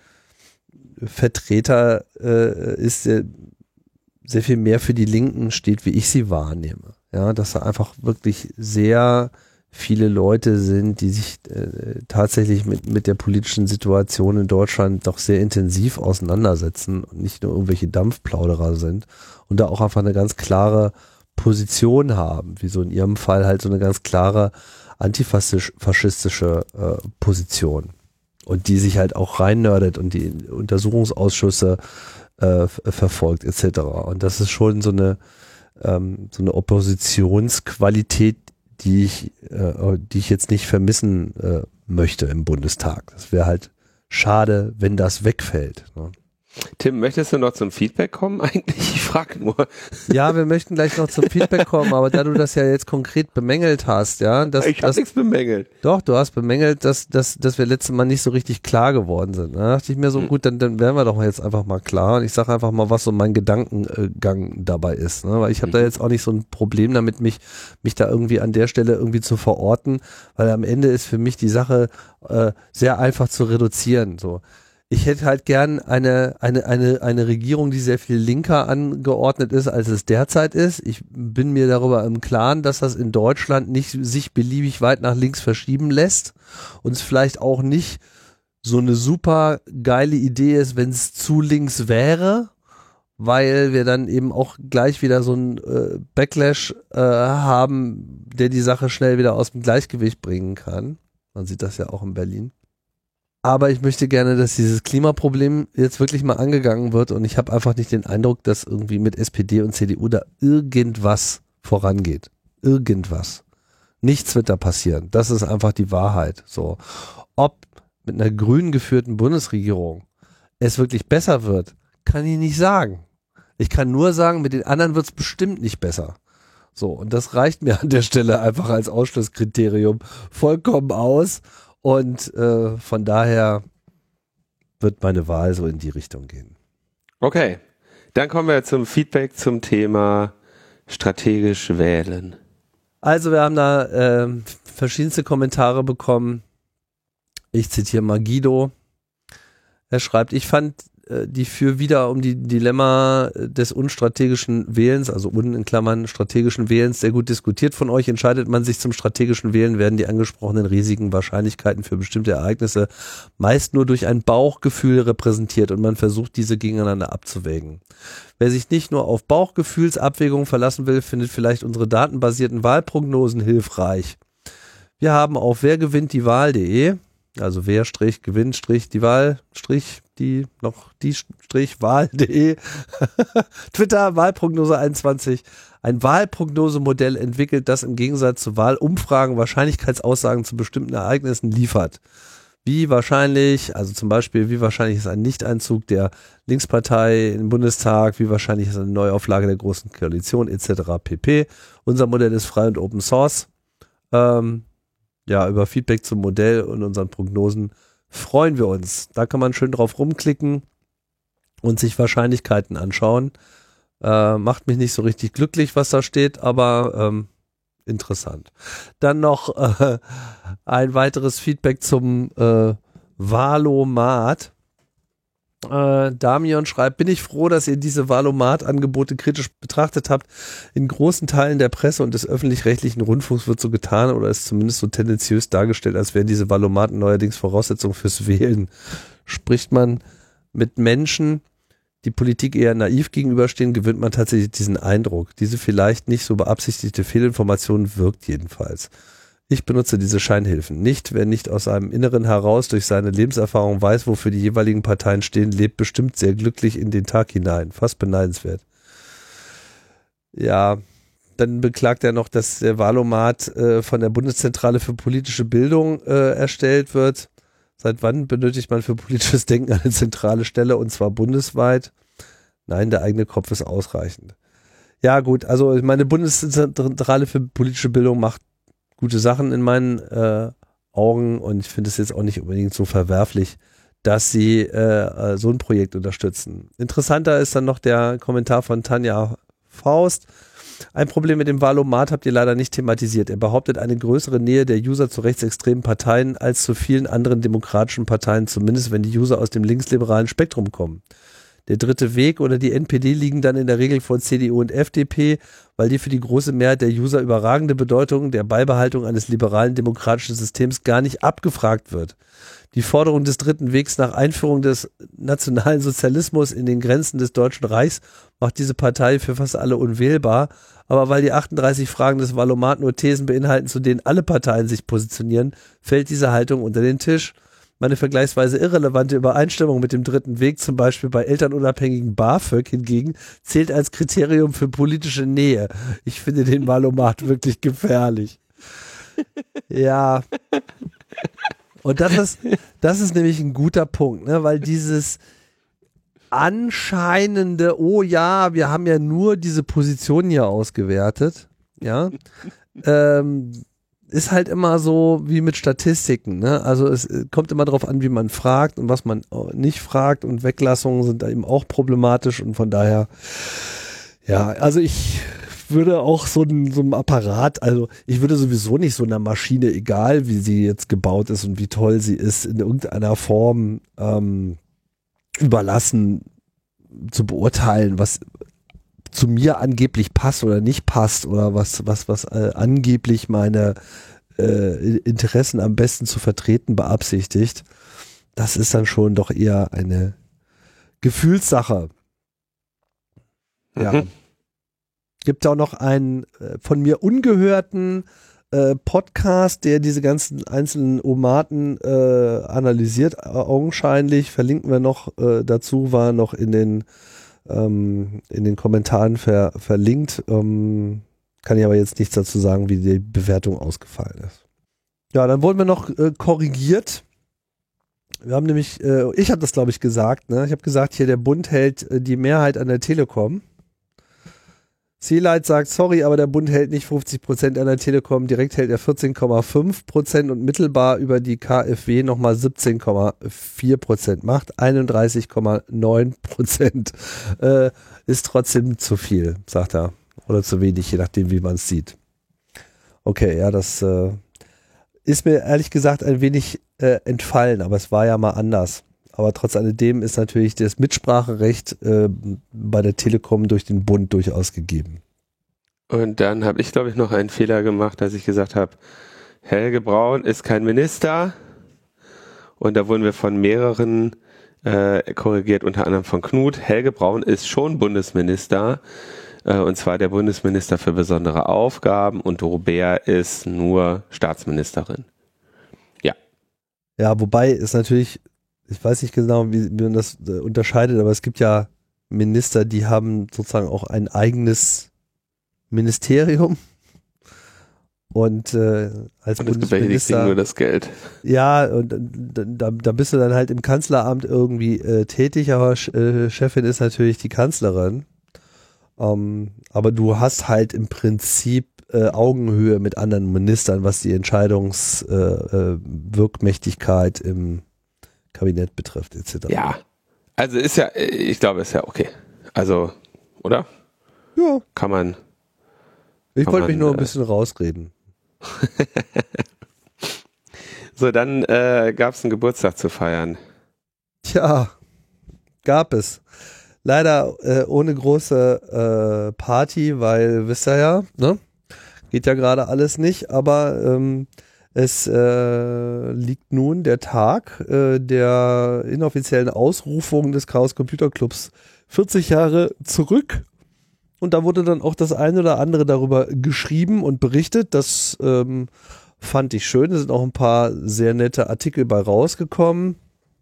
Vertreter äh, ist, der sehr viel mehr für die Linken steht, wie ich sie wahrnehme. Ja, dass da einfach wirklich sehr viele Leute sind, die sich äh, tatsächlich mit, mit der politischen Situation in Deutschland doch sehr intensiv auseinandersetzen und nicht nur irgendwelche Dampfplauderer sind und da auch einfach eine ganz klare Position haben, wie so in ihrem Fall halt so eine ganz klare antifaschistische äh, Position, und die sich halt auch reinnördet und die Untersuchungsausschüsse äh, verfolgt et cetera. Und das ist schon so eine ähm, so eine Oppositionsqualität, die ich, äh, die ich jetzt nicht vermissen äh, möchte im Bundestag. Das wäre halt schade, wenn das wegfällt. Ne? Tim, möchtest du noch zum Feedback kommen eigentlich? Ich frage nur. Ja, wir möchten gleich noch zum Feedback kommen, aber da du das ja jetzt konkret bemängelt hast, ja. Das, ich habe nichts bemängelt. Doch, du hast bemängelt, dass, dass, dass wir letztes Mal nicht so richtig klar geworden sind. Da dachte ich mir so, hm. gut, dann, dann werden wir doch jetzt einfach mal klar. Und ich sage einfach mal, was so mein Gedankengang dabei ist. Ne? Weil ich habe hm. da jetzt auch nicht so ein Problem damit, mich, mich da irgendwie an der Stelle irgendwie zu verorten, weil am Ende ist für mich die Sache äh, sehr einfach zu reduzieren. So. Ich hätte halt gern eine, eine, eine, eine Regierung, die sehr viel linker angeordnet ist, als es derzeit ist. Ich bin mir darüber im Klaren, dass das in Deutschland nicht sich beliebig weit nach links verschieben lässt und es vielleicht auch nicht so eine super geile Idee ist, wenn es zu links wäre, weil wir dann eben auch gleich wieder so einen äh, Backlash äh, haben, der die Sache schnell wieder aus dem Gleichgewicht bringen kann. Man sieht das ja auch in Berlin. Aber ich möchte gerne, dass dieses Klimaproblem jetzt wirklich mal angegangen wird, und ich habe einfach nicht den Eindruck, dass irgendwie mit S P D und C D U da irgendwas vorangeht. Irgendwas. Nichts wird da passieren. Das ist einfach die Wahrheit. So. Ob mit einer grün geführten Bundesregierung es wirklich besser wird, kann ich nicht sagen. Ich kann nur sagen, mit den anderen wird es bestimmt nicht besser. So, und das reicht mir an der Stelle einfach als Ausschlusskriterium vollkommen aus. Und äh, von daher wird meine Wahl so in die Richtung gehen. Okay, dann kommen wir zum Feedback zum Thema strategisch wählen. Also wir haben da äh, verschiedenste Kommentare bekommen. Ich zitiere mal Guido. Er schreibt, ich fand äh, die für wieder um die Dilemma des unstrategischen Wählens, also un in Klammern strategischen Wählens, sehr gut diskutiert von euch. Entscheidet man sich zum strategischen Wählen, werden die angesprochenen Risiken, Wahrscheinlichkeiten für bestimmte Ereignisse meist nur durch ein Bauchgefühl repräsentiert und man versucht, diese gegeneinander abzuwägen. Wer sich nicht nur auf Bauchgefühlsabwägungen verlassen will, findet vielleicht unsere datenbasierten Wahlprognosen hilfreich. Wir haben auf wer gewinnt die Wahl punkt de, also wer Strich gewinnt Strich die Wahl Strich die noch die Strich Wahl punkt de Twitter Wahlprognose einundzwanzig ein Wahlprognosemodell entwickelt, das im Gegensatz zu Wahlumfragen Wahrscheinlichkeitsaussagen zu bestimmten Ereignissen liefert. Wie wahrscheinlich, also zum Beispiel, wie wahrscheinlich ist ein Nichteinzug der Linkspartei im Bundestag, wie wahrscheinlich ist eine Neuauflage der Großen Koalition et cetera pp. Unser Modell ist frei und Open Source. Ähm, ja, über Feedback zum Modell und unseren Prognosen freuen wir uns. Da kann man schön drauf rumklicken und sich Wahrscheinlichkeiten anschauen. Äh, macht mich nicht so richtig glücklich, was da steht, aber ähm, interessant. Dann noch äh, ein weiteres Feedback zum äh, Valomat. Äh, Damian schreibt, bin ich froh, dass ihr diese Valomat-Angebote kritisch betrachtet habt. In großen Teilen der Presse und des öffentlich-rechtlichen Rundfunks wird so getan oder ist zumindest so tendenziös dargestellt, als wären diese Valomaten neuerdings Voraussetzungen fürs Wählen. Spricht man mit Menschen, die Politik eher naiv gegenüberstehen, gewinnt man tatsächlich diesen Eindruck. Diese vielleicht nicht so beabsichtigte Fehlinformation wirkt jedenfalls. Ich benutze diese Scheinhilfen nicht. Wer nicht aus seinem Inneren heraus durch seine Lebenserfahrung weiß, wofür die jeweiligen Parteien stehen, lebt bestimmt sehr glücklich in den Tag hinein. Fast beneidenswert. Ja, dann beklagt er noch, dass der Valomat äh, von der Bundeszentrale für politische Bildung äh, erstellt wird. Seit wann benötigt man für politisches Denken eine zentrale Stelle und zwar bundesweit? Nein, der eigene Kopf ist ausreichend. Ja gut, also meine Bundeszentrale für politische Bildung macht gute Sachen in meinen äh, Augen und ich finde es jetzt auch nicht unbedingt so verwerflich, dass sie äh, so ein Projekt unterstützen. Interessanter ist dann noch der Kommentar von Tanja Faust. Ein Problem mit dem Valomat habt ihr leider nicht thematisiert. Er behauptet eine größere Nähe der User zu rechtsextremen Parteien als zu vielen anderen demokratischen Parteien, zumindest wenn die User aus dem linksliberalen Spektrum kommen. Der dritte Weg oder die N P D liegen dann in der Regel vor C D U und F D P, weil die für die große Mehrheit der User überragende Bedeutung der Beibehaltung eines liberalen demokratischen Systems gar nicht abgefragt wird. Die Forderung des dritten Wegs nach Einführung des nationalen Sozialismus in den Grenzen des Deutschen Reichs macht diese Partei für fast alle unwählbar, aber weil die achtunddreißig Fragen des Valomat nur Thesen beinhalten, zu denen alle Parteien sich positionieren, fällt diese Haltung unter den Tisch. Meine vergleichsweise irrelevante Übereinstimmung mit dem dritten Weg, zum Beispiel bei elternunabhängigen BAföG hingegen, zählt als Kriterium für politische Nähe. Ich finde den Valomat wirklich gefährlich. Ja. Und das ist, das ist nämlich ein guter Punkt, ne? Weil dieses anscheinende, oh ja, wir haben ja nur diese Position hier ausgewertet, ja, ähm, ist halt immer so wie mit Statistiken, ne? Also es kommt immer darauf an, wie man fragt und was man nicht fragt und Weglassungen sind da eben auch problematisch und von daher, ja, also ich würde auch so ein, so ein Apparat, also ich würde sowieso nicht so einer Maschine, egal wie sie jetzt gebaut ist und wie toll sie ist, in irgendeiner Form ähm, überlassen zu beurteilen, was zu mir angeblich passt oder nicht passt oder was was was äh, angeblich meine äh, Interessen am besten zu vertreten beabsichtigt. Das ist dann schon doch eher eine Gefühlssache. Ja. Mhm. Gibt auch noch einen äh, von mir ungehörten äh, Podcast, der diese ganzen einzelnen Omaten äh, analysiert, augenscheinlich. Verlinken wir noch äh, dazu, war noch in den ähm, in den Kommentaren ver, verlinkt. Ähm, kann ich aber jetzt nichts dazu sagen, wie die Bewertung ausgefallen ist. Ja, dann wurden wir noch äh, korrigiert. Wir haben nämlich, äh, ich habe das glaube ich gesagt, ne? Ich habe gesagt, hier der Bund hält äh, die Mehrheit an der Telekom. Seelight sagt, sorry, aber der Bund hält nicht fünfzig Prozent an der Telekom, direkt hält er vierzehn Komma fünf Prozent und mittelbar über die K f W nochmal siebzehn Komma vier Prozent, macht einunddreißig Komma neun Prozent. Äh, ist trotzdem zu viel, sagt er. Oder zu wenig, je nachdem, wie man es sieht. Okay, ja, das äh, ist mir ehrlich gesagt ein wenig äh, entfallen, aber es war ja mal anders. Aber trotz alledem ist natürlich das Mitspracherecht äh, bei der Telekom durch den Bund durchaus gegeben. Und dann habe ich, glaube ich, noch einen Fehler gemacht, dass ich gesagt habe, Helge Braun ist kein Minister. Und da wurden wir von mehreren äh, korrigiert, unter anderem von Knut. Helge Braun ist schon Bundesminister. Äh, und zwar der Bundesminister für besondere Aufgaben. Und Doro Bär ist nur Staatsministerin. Ja. Ja, wobei es natürlich... Ich weiß nicht genau, wie, wie man das äh, unterscheidet, aber es gibt ja Minister, die haben sozusagen auch ein eigenes Ministerium. Und äh, als und es gibt welche, die kriegen nur das Geld. Ja, und da, da bist du dann halt im Kanzleramt irgendwie äh, tätig, aber äh, Chefin ist natürlich die Kanzlerin. Ähm, aber du hast halt im Prinzip äh, Augenhöhe mit anderen Ministern, was die Entscheidungswirkmächtigkeit äh, äh, im Kabinett betrifft, et cetera. Ja, also ist ja, ich glaube, ist ja okay. Also, oder? Ja. Kann man. Ich kann wollte man, mich nur ein äh, bisschen rausreden. So, dann äh, gab es einen Geburtstag zu feiern. Tja, gab es. Leider äh, ohne große äh, Party, weil, wisst ihr ja, ne? Geht ja gerade alles nicht, aber ähm, es äh, liegt nun der Tag äh, der inoffiziellen Ausrufung des Chaos Computer Clubs vierzig Jahre zurück. Und da wurde dann auch das eine oder andere darüber geschrieben und berichtet. Das ähm, fand ich schön. Es sind auch ein paar sehr nette Artikel bei rausgekommen,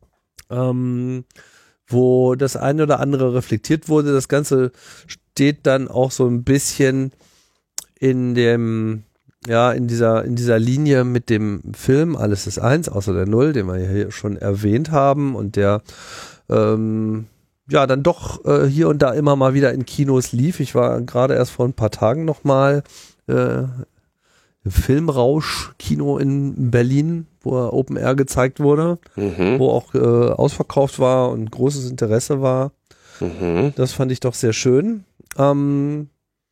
ähm, wo das eine oder andere reflektiert wurde. Das Ganze steht dann auch so ein bisschen in dem... Ja, in dieser, in dieser Linie mit dem Film Alles ist eins, außer der Null, den wir hier schon erwähnt haben und der ähm, ja dann doch äh, hier und da immer mal wieder in Kinos lief. Ich war gerade erst vor ein paar Tagen nochmal äh, im Filmrausch-Kino in Berlin, wo er Open Air gezeigt wurde, mhm. wo auch äh, ausverkauft war und großes Interesse war. Mhm. Das fand ich doch sehr schön. Ähm,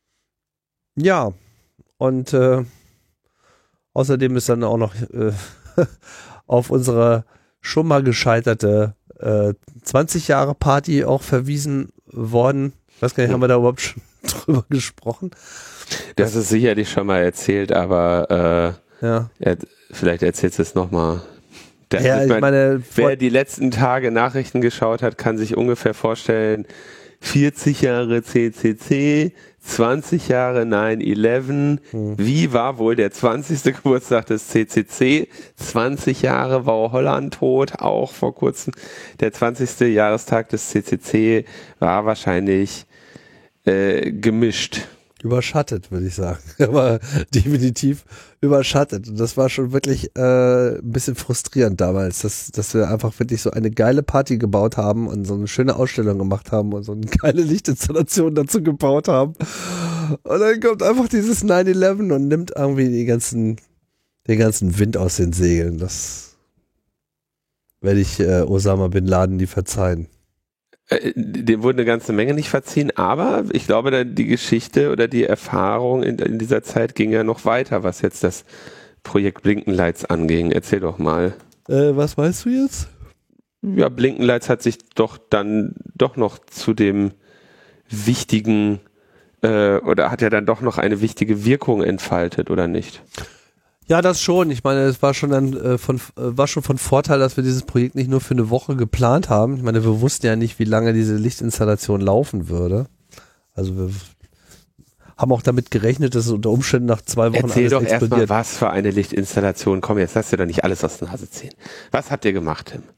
ja, und äh, außerdem ist dann auch noch äh, auf unsere schon mal gescheiterte äh, zwanzig Jahre Party auch verwiesen worden. Ich weiß gar nicht, haben wir da überhaupt schon drüber gesprochen? Das ist sicherlich schon mal erzählt, aber äh, ja. er, vielleicht erzählst du es nochmal. Ja, ich mein, meine, wer die letzten Tage Nachrichten geschaut hat, kann sich ungefähr vorstellen, vierzig Jahre C C C, zwanzig Jahre nine eleven. Hm. Wie war wohl der zwanzigste Geburtstag des C C C? zwanzig Jahre war Holland tot, auch vor kurzem. Der zwanzigste Jahrestag des C C C war wahrscheinlich äh, gemischt. Überschattet, würde ich sagen. Aber definitiv überschattet. Und das war schon wirklich äh, ein bisschen frustrierend damals, dass, dass wir einfach wirklich so eine geile Party gebaut haben und so eine schöne Ausstellung gemacht haben und so eine geile Lichtinstallation dazu gebaut haben. Und dann kommt einfach dieses nine eleven und nimmt irgendwie die ganzen, den ganzen Wind aus den Segeln. Das werde ich äh, Osama Bin Laden nie verzeihen. Dem wurde eine ganze Menge nicht verziehen, aber ich glaube, die Geschichte oder die Erfahrung in, in dieser Zeit ging ja noch weiter, was jetzt das Projekt Blinkenlights anging. Erzähl doch mal. Äh, was meinst du jetzt? Ja, Blinkenlights hat sich doch dann doch noch zu dem wichtigen äh, oder hat ja dann doch noch eine wichtige Wirkung entfaltet, oder nicht? Ja, das schon. Ich meine, es war schon dann äh, von äh, war schon von Vorteil, dass wir dieses Projekt nicht nur für eine Woche geplant haben. Ich meine, wir wussten ja nicht, wie lange diese Lichtinstallation laufen würde. Also wir haben auch damit gerechnet, dass es unter Umständen nach zwei Wochen Erzähl alles doch explodiert. erstmal, was für eine Lichtinstallation. Komm, jetzt lass dir doch nicht alles aus der Nase ziehen. Was habt ihr gemacht, Tim?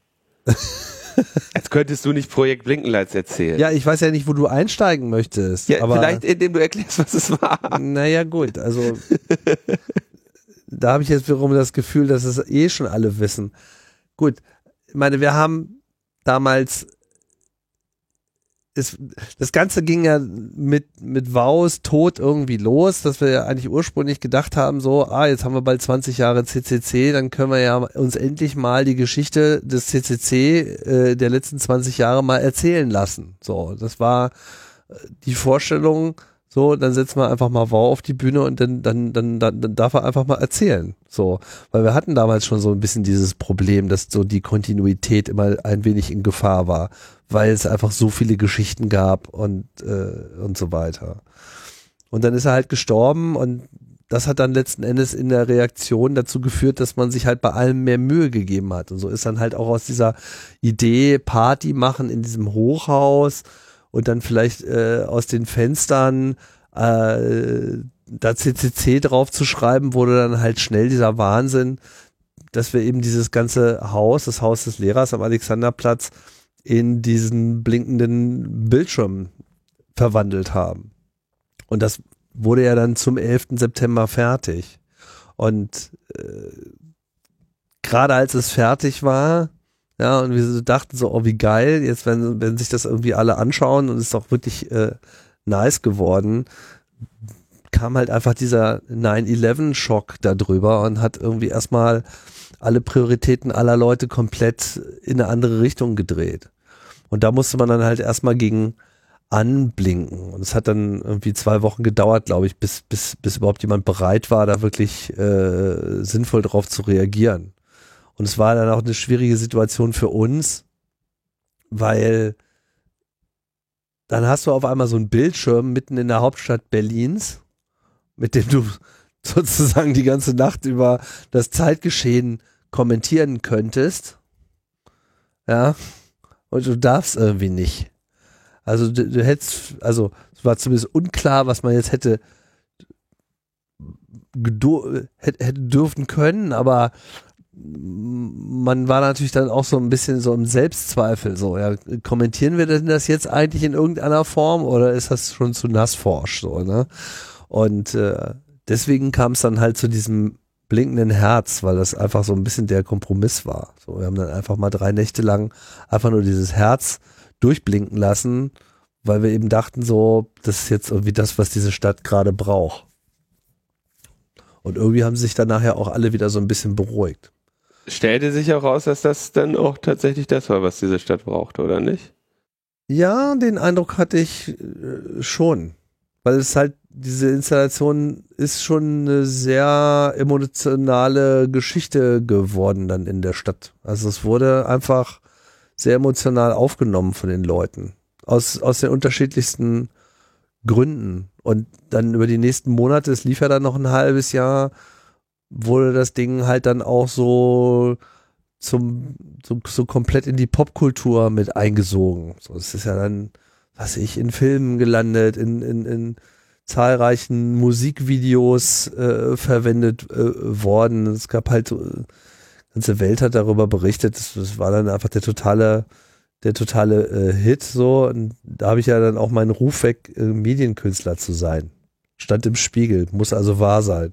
Jetzt könntest du nicht Projekt Blinkenlights erzählen. Ja, ich weiß ja nicht, wo du einsteigen möchtest. Ja, aber vielleicht indem du erklärst, was es war. Naja, gut, also da habe ich jetzt wiederum das Gefühl, dass es eh schon alle wissen. Gut, ich meine, wir haben damals ist, das Ganze ging ja mit, mit Wows Tod irgendwie los, dass wir ja eigentlich ursprünglich gedacht haben, so, ah, jetzt haben wir bald zwanzig Jahre C C C, dann können wir ja uns endlich mal die Geschichte des C C C äh, der letzten zwanzig Jahre mal erzählen lassen. So, das war die Vorstellung, so, dann setzen wir einfach mal Wow auf die Bühne und dann, dann, dann, dann, dann darf er einfach mal erzählen. So, weil wir hatten damals schon so ein bisschen dieses Problem, dass so die Kontinuität immer ein wenig in Gefahr war, weil es einfach so viele Geschichten gab und, äh, und so weiter. Und dann ist er halt gestorben und das hat dann letzten Endes in der Reaktion dazu geführt, dass man sich halt bei allem mehr Mühe gegeben hat. Und so ist dann halt auch aus dieser Idee Party machen in diesem Hochhaus und dann vielleicht äh, aus den Fenstern äh, da C C C drauf zu schreiben, wurde dann halt schnell dieser Wahnsinn, dass wir eben dieses ganze Haus, das Haus des Lehrers am Alexanderplatz, in diesen blinkenden Bildschirm verwandelt haben. Und das wurde ja dann zum elften September fertig. Und äh, gerade als es fertig war, ja, und wir so dachten so, oh wie geil, jetzt wenn, wenn sich das irgendwie alle anschauen und es ist doch wirklich äh, nice geworden, kam halt einfach dieser nine eleven Schock da drüber und hat irgendwie erstmal alle Prioritäten aller Leute komplett in eine andere Richtung gedreht. Und da musste man dann halt erstmal gegen anblinken. Und es hat dann irgendwie zwei Wochen gedauert, glaube ich, bis, bis, bis überhaupt jemand bereit war, da wirklich äh, sinnvoll drauf zu reagieren. Und es war dann auch eine schwierige Situation für uns, weil dann hast du auf einmal so einen Bildschirm mitten in der Hauptstadt Berlins, mit dem du sozusagen die ganze Nacht über das Zeitgeschehen kommentieren könntest. Ja, und du darfst irgendwie nicht. Also du, du hättest, also es war zumindest unklar, was man jetzt hätte, hätte, hätte dürfen können, aber man war natürlich dann auch so ein bisschen so im Selbstzweifel, so, ja, kommentieren wir denn das jetzt eigentlich in irgendeiner Form oder ist das schon zu nassforsch, so, ne? Und äh, deswegen kam es dann halt zu diesem blinkenden Herz, weil das einfach so ein bisschen der Kompromiss war. So, wir haben dann einfach mal drei Nächte lang einfach nur dieses Herz durchblinken lassen, weil wir eben dachten so, das ist jetzt irgendwie das, was diese Stadt gerade braucht. Und irgendwie haben sich dann nachher auch alle wieder so ein bisschen beruhigt. Stellte sich auch raus, dass das dann auch tatsächlich das war, was diese Stadt brauchte, oder nicht? Ja, den Eindruck hatte ich äh, schon. Weil es halt, diese Installation ist schon eine sehr emotionale Geschichte geworden dann in der Stadt. Also es wurde einfach sehr emotional aufgenommen von den Leuten. Aus, aus den unterschiedlichsten Gründen. Und dann über die nächsten Monate, es lief ja dann noch ein halbes Jahr, wurde das Ding halt dann auch so zum so, so komplett in die Popkultur mit eingesogen. So, es ist ja dann, was weiß ich, in Filmen gelandet, in, in, in zahlreichen Musikvideos äh, verwendet äh, worden. Es gab halt so, die ganze Welt hat darüber berichtet. Das, das war dann einfach der totale, der totale äh, Hit. So, und da habe ich ja dann auch meinen Ruf weg, äh, Medienkünstler zu sein. Stand im Spiegel, muss also wahr sein.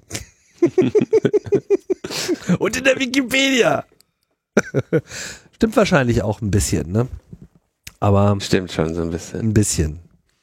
Und in der Wikipedia. Stimmt wahrscheinlich auch ein bisschen, ne? Aber stimmt schon so ein bisschen. Ein bisschen.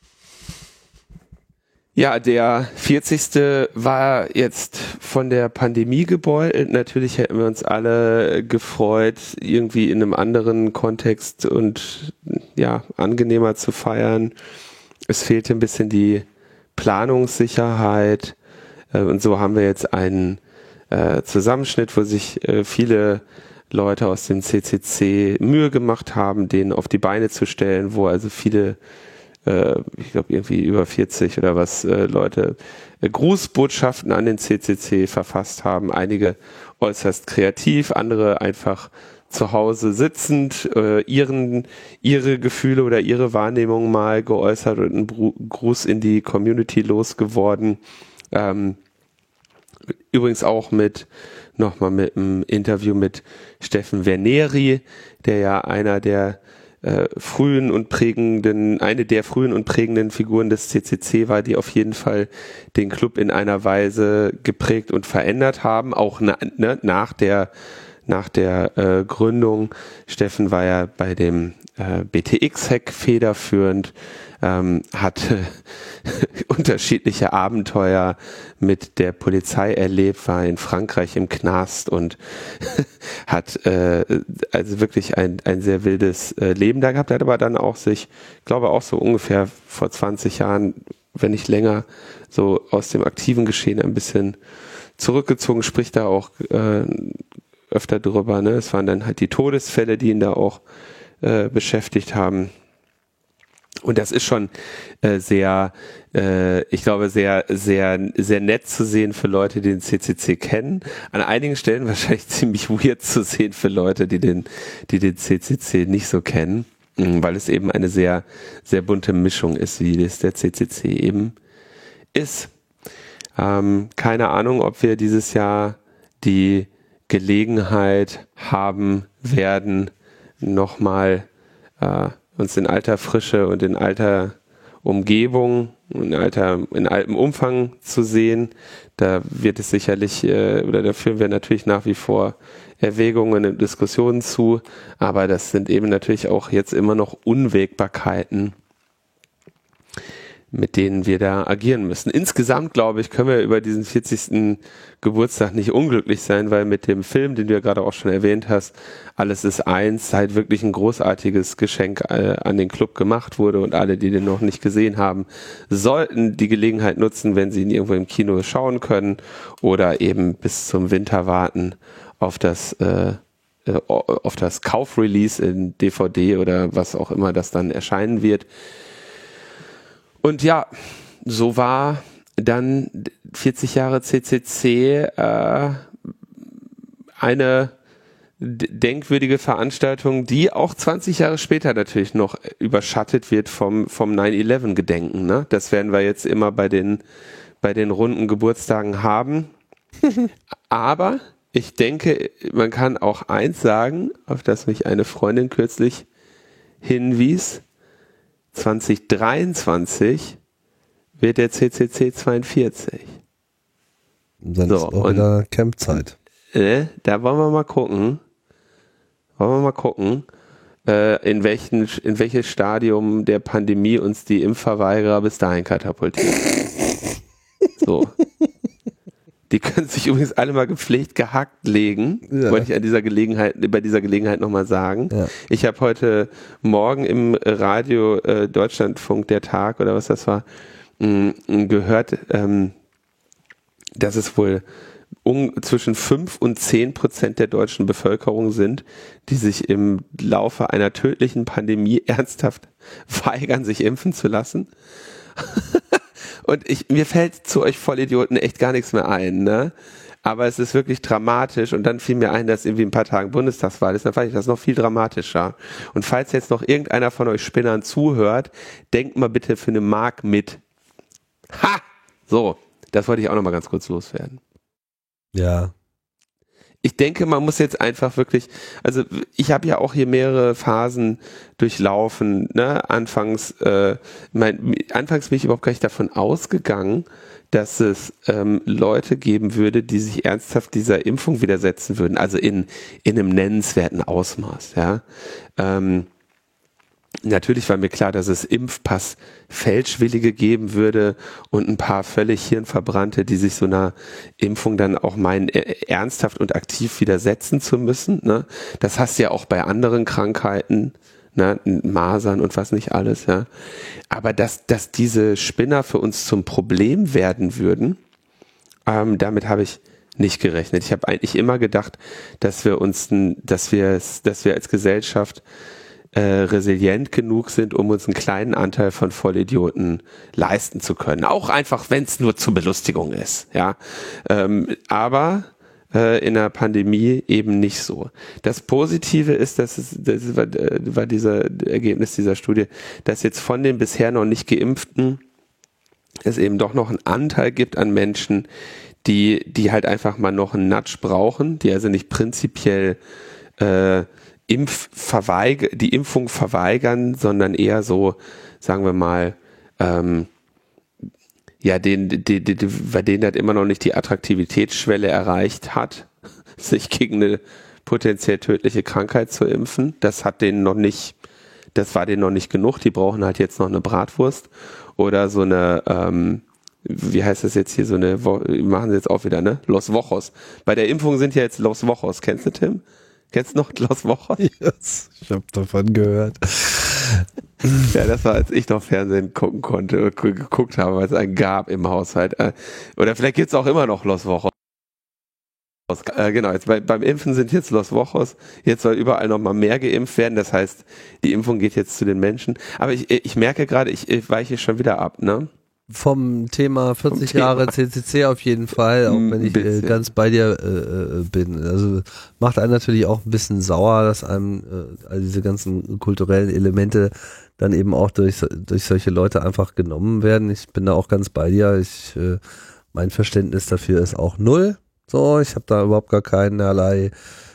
Ja, der vierzigste war jetzt von der Pandemie gebeutelt. Natürlich hätten wir uns alle gefreut, irgendwie in einem anderen Kontext und ja, angenehmer zu feiern. Es fehlte ein bisschen die Planungssicherheit. Und so haben wir jetzt einen äh, Zusammenschnitt, wo sich äh, viele Leute aus dem C C C Mühe gemacht haben, den auf die Beine zu stellen, wo also viele, äh, ich glaube irgendwie über vierzig oder was, äh, Leute äh, Grußbotschaften an den C C C verfasst haben. Einige äußerst kreativ, andere einfach zu Hause sitzend, äh, ihren, ihre Gefühle oder ihre Wahrnehmung mal geäußert und einen Bru- Gruß in die Community losgeworden. Ähm, übrigens auch mit nochmal mit einem Interview mit Steffen Verneri, der ja einer der äh, frühen und prägenden, eine der frühen und prägenden Figuren des C C C war, die auf jeden Fall den Club in einer Weise geprägt und verändert haben, auch na, ne, nach der nach der äh, Gründung. Steffen war ja bei dem äh, B T X-Hack federführend, ähm, hatte unterschiedliche Abenteuer mit der Polizei erlebt, war in Frankreich im Knast und hat äh, also wirklich ein, ein sehr wildes äh, Leben da gehabt, hat aber dann auch sich, ich glaube auch so ungefähr vor zwanzig Jahren, wenn nicht länger, so aus dem aktiven Geschehen ein bisschen zurückgezogen, spricht da auch äh, öfter drüber. Ne? Es waren dann halt die Todesfälle, die ihn da auch äh, beschäftigt haben. Und das ist schon äh, sehr, äh, ich glaube, sehr, sehr, sehr nett zu sehen für Leute, die den C C C kennen. An einigen Stellen wahrscheinlich ziemlich weird zu sehen für Leute, die den, die den C C C nicht so kennen, weil es eben eine sehr, sehr bunte Mischung ist, wie das der C C C eben ist. Ähm, keine Ahnung, ob wir dieses Jahr die Gelegenheit haben werden, nochmal äh, uns in alter Frische und in alter Umgebung, in alter, in altem Umfang zu sehen. Da wird es sicherlich, äh, oder da führen wir natürlich nach wie vor Erwägungen und Diskussionen zu, aber das sind eben natürlich auch jetzt immer noch Unwägbarkeiten, mit denen wir da agieren müssen. Insgesamt, glaube ich, können wir über diesen vierzigsten Geburtstag nicht unglücklich sein, weil mit dem Film, den du ja gerade auch schon erwähnt hast, Alles ist eins, halt wirklich ein großartiges Geschenk äh, an den Club gemacht wurde und alle, die den noch nicht gesehen haben, sollten die Gelegenheit nutzen, wenn sie ihn irgendwo im Kino schauen können oder eben bis zum Winter warten auf das äh, auf das Kaufrelease in D V D oder was auch immer das dann erscheinen wird. Und ja, so war dann vierzig Jahre C C C äh, eine d- denkwürdige Veranstaltung, die auch zwanzig Jahre später natürlich noch überschattet wird vom, vom nine eleven Gedenken. Ne? Das werden wir jetzt immer bei den, bei den runden Geburtstagen haben. Aber ich denke, man kann auch eins sagen, auf das mich eine Freundin kürzlich hinwies: zwanzig dreiundzwanzig wird der C C C zweiundvierzig. Dann so, ist auch und, wieder Campzeit. Äh, da wollen wir mal gucken, wollen wir mal gucken, äh, in welchen, in welches Stadium der Pandemie uns die Impfverweigerer bis dahin katapultieren. So. Die können sich übrigens alle mal gepflegt gehackt legen, ja. Wollte ich an dieser Gelegenheit, bei dieser Gelegenheit nochmal sagen. Ja. Ich habe heute Morgen im Radio äh, Deutschlandfunk der Tag oder was das war, mh, gehört, ähm, dass es wohl um, zwischen fünf und zehn Prozent der deutschen Bevölkerung sind, die sich im Laufe einer tödlichen Pandemie ernsthaft weigern, sich impfen zu lassen. Und ich, mir fällt zu euch Vollidioten echt gar nichts mehr ein, ne? Aber es ist wirklich dramatisch und dann fiel mir ein, dass irgendwie ein paar Tagen Bundestagswahl ist, dann fand ich das noch viel dramatischer. Und falls jetzt noch irgendeiner von euch Spinnern zuhört, denkt mal bitte für eine Mark mit. Ha! So, das wollte ich auch noch mal ganz kurz loswerden. Ja. Ich denke, man muss jetzt einfach wirklich, also ich habe ja auch hier mehrere Phasen durchlaufen, ne? Anfangs, äh, mein, anfangs bin ich überhaupt gar nicht davon ausgegangen, dass es ähm, Leute geben würde, die sich ernsthaft dieser Impfung widersetzen würden, also in, in einem nennenswerten Ausmaß, ja. Ähm, Natürlich war mir klar, dass es Impfpass-Fälschwillige geben würde und ein paar völlig Hirnverbrannte, die sich so einer Impfung dann auch meinen, ernsthaft und aktiv widersetzen zu müssen. Ne? Das hast du ja auch bei anderen Krankheiten, ne? Masern und was nicht alles. Ja. Aber dass, dass diese Spinner für uns zum Problem werden würden, ähm, damit habe ich nicht gerechnet. Ich habe eigentlich immer gedacht, dass wir uns, dass wir, dass wir als Gesellschaft Äh, resilient genug sind, um uns einen kleinen Anteil von Vollidioten leisten zu können. Auch einfach, wenn es nur zur Belustigung ist. Ja, ähm, aber äh, in der Pandemie eben nicht so. Das Positive ist, dass es, das war, äh, war dieser Ergebnis dieser Studie, dass jetzt von den bisher noch nicht Geimpften es eben doch noch einen Anteil gibt an Menschen, die, die halt einfach mal noch einen Nudge brauchen, die also nicht prinzipiell äh, Impfverweig- die Impfung verweigern, sondern eher so, sagen wir mal, ähm, ja, den, die, die, die, bei denen das immer noch nicht die Attraktivitätsschwelle erreicht hat, sich gegen eine potenziell tödliche Krankheit zu impfen. Das hat denen noch nicht, das war denen noch nicht genug. Die brauchen halt jetzt noch eine Bratwurst oder so eine, ähm, wie heißt das jetzt hier, so eine, machen sie jetzt auch wieder, ne? Los Wochos. Bei der Impfung sind ja jetzt Los Wochos. Kennst du, Tim? Kennst du noch Los Wochos? Yes, ich habe davon gehört. Ja, das war, als ich noch Fernsehen gucken konnte, geguckt habe, weil es einen gab im Haushalt. Oder vielleicht gibt es auch immer noch Los Wochos. Äh, genau, jetzt bei, beim Impfen sind jetzt Los Wochos. Jetzt soll überall noch mal mehr geimpft werden. Das heißt, die Impfung geht jetzt zu den Menschen. Aber ich, ich merke gerade, ich, ich weiche schon wieder ab, ne? Vom Thema vierzig Thema. Jahre C C C auf jeden Fall, auch wenn ich äh, ganz bei dir äh, bin. Also macht einen natürlich auch ein bisschen sauer, dass einem äh, also diese ganzen kulturellen Elemente dann eben auch durch, durch solche Leute einfach genommen werden. Ich bin da auch ganz bei dir. Ich, äh, mein Verständnis dafür ist auch null. So, ich habe da überhaupt gar keinerlei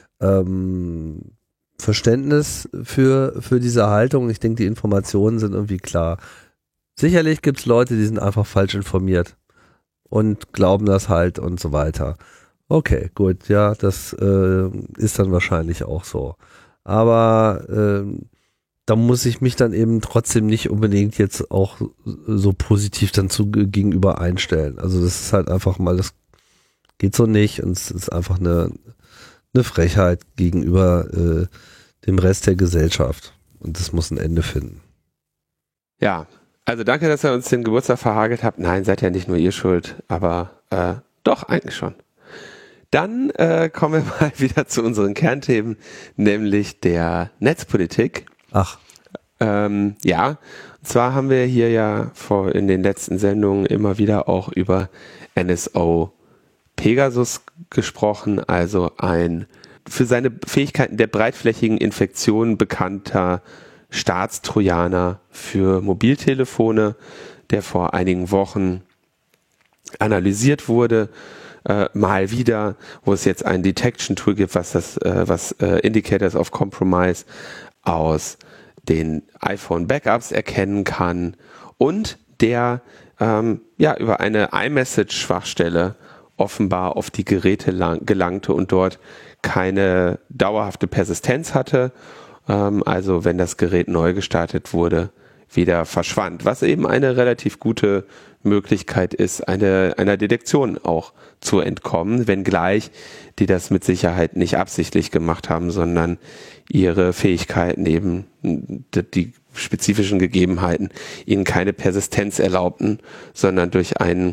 ähm, Verständnis für, für diese Haltung. Ich denke, die Informationen sind irgendwie klar. Sicherlich gibt es Leute, die sind einfach falsch informiert und glauben das halt und so weiter. Okay, gut, ja, das äh, ist dann wahrscheinlich auch so. Aber äh, da muss ich mich dann eben trotzdem nicht unbedingt jetzt auch so positiv dann zu gegenüber einstellen. Also das ist halt einfach mal, das geht so nicht und es ist einfach eine, eine Frechheit gegenüber äh, dem Rest der Gesellschaft und das muss ein Ende finden. Ja. Also danke, dass ihr uns den Geburtstag verhagelt habt. Nein, seid ja nicht nur ihr schuld, aber äh, doch, eigentlich schon. Dann äh, kommen wir mal wieder zu unseren Kernthemen, nämlich der Netzpolitik. Ach. Ähm, ja, und zwar haben wir hier ja vor in den letzten Sendungen immer wieder auch über N S O Pegasus gesprochen, also ein für seine Fähigkeiten der breitflächigen Infektion bekannter Staatstrojaner für Mobiltelefone, der vor einigen Wochen analysiert wurde, äh, mal wieder, wo es jetzt ein Detection-Tool gibt, was das, äh, was äh, Indicators of Compromise aus den iPhone-Backups erkennen kann und der ähm, ja über eine iMessage-Schwachstelle offenbar auf die Geräte lang, gelangte und dort keine dauerhafte Persistenz hatte. Also wenn das Gerät neu gestartet wurde, wieder verschwand. Was eben eine relativ gute Möglichkeit ist, eine, einer Detektion auch zu entkommen, wenngleich die das mit Sicherheit nicht absichtlich gemacht haben, sondern ihre Fähigkeiten eben, die spezifischen Gegebenheiten, ihnen keine Persistenz erlaubten, sondern durch ein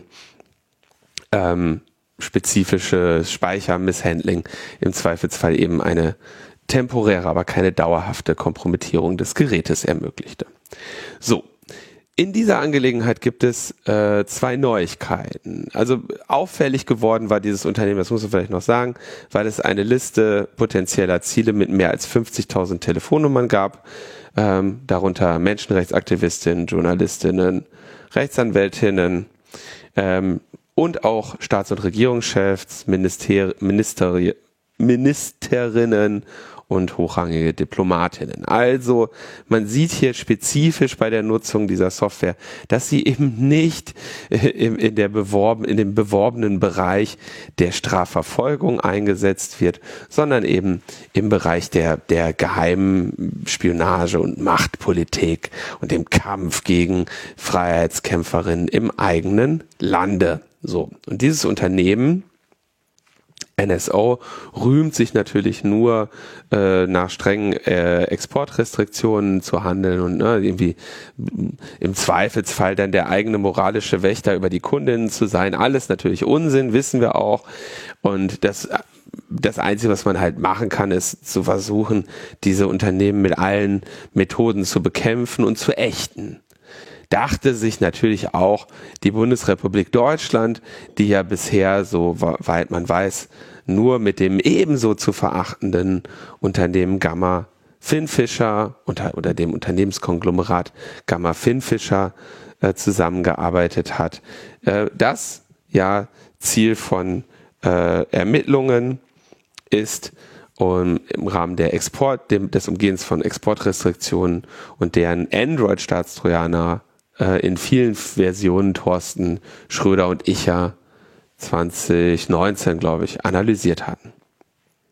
ähm, spezifisches Speichermisshandling im Zweifelsfall eben eine temporäre, aber keine dauerhafte Kompromittierung des Gerätes ermöglichte. So, in dieser Angelegenheit gibt es äh, zwei Neuigkeiten. Also auffällig geworden war dieses Unternehmen, das muss man vielleicht noch sagen, weil es eine Liste potenzieller Ziele mit mehr als fünfzigtausend Telefonnummern gab, ähm, darunter Menschenrechtsaktivistinnen, Journalistinnen, Rechtsanwältinnen ähm, und auch Staats- und Regierungschefs, Minister Ministeri Ministerinnen und hochrangige Diplomatinnen. Also man sieht hier spezifisch bei der Nutzung dieser Software, dass sie eben nicht in, in, der beworben, in dem beworbenen Bereich der Strafverfolgung eingesetzt wird, sondern eben im Bereich der, der geheimen Spionage und Machtpolitik und dem Kampf gegen Freiheitskämpferinnen im eigenen Lande. So. Und dieses Unternehmen N S O rühmt sich natürlich nur äh, nach strengen äh, Exportrestriktionen zu handeln und ne, irgendwie im Zweifelsfall dann der eigene moralische Wächter über die Kundinnen zu sein. Alles natürlich Unsinn, wissen wir auch. Und das, das Einzige, was man halt machen kann, ist zu versuchen, diese Unternehmen mit allen Methoden zu bekämpfen und zu ächten. Dachte sich natürlich auch die Bundesrepublik Deutschland, die ja bisher, so weit man weiß, nur mit dem ebenso zu verachtenden Unternehmen Gamma Finfisher unter, oder dem Unternehmenskonglomerat Gamma Finfisher äh, zusammengearbeitet hat. Äh, das ja Ziel von äh, Ermittlungen ist, um im Rahmen der Export, dem, des Umgehens von Exportrestriktionen und deren Android-Staatstrojaner in vielen Versionen Thorsten Schröder und ich ja zwanzig neunzehn, glaube ich, analysiert hatten.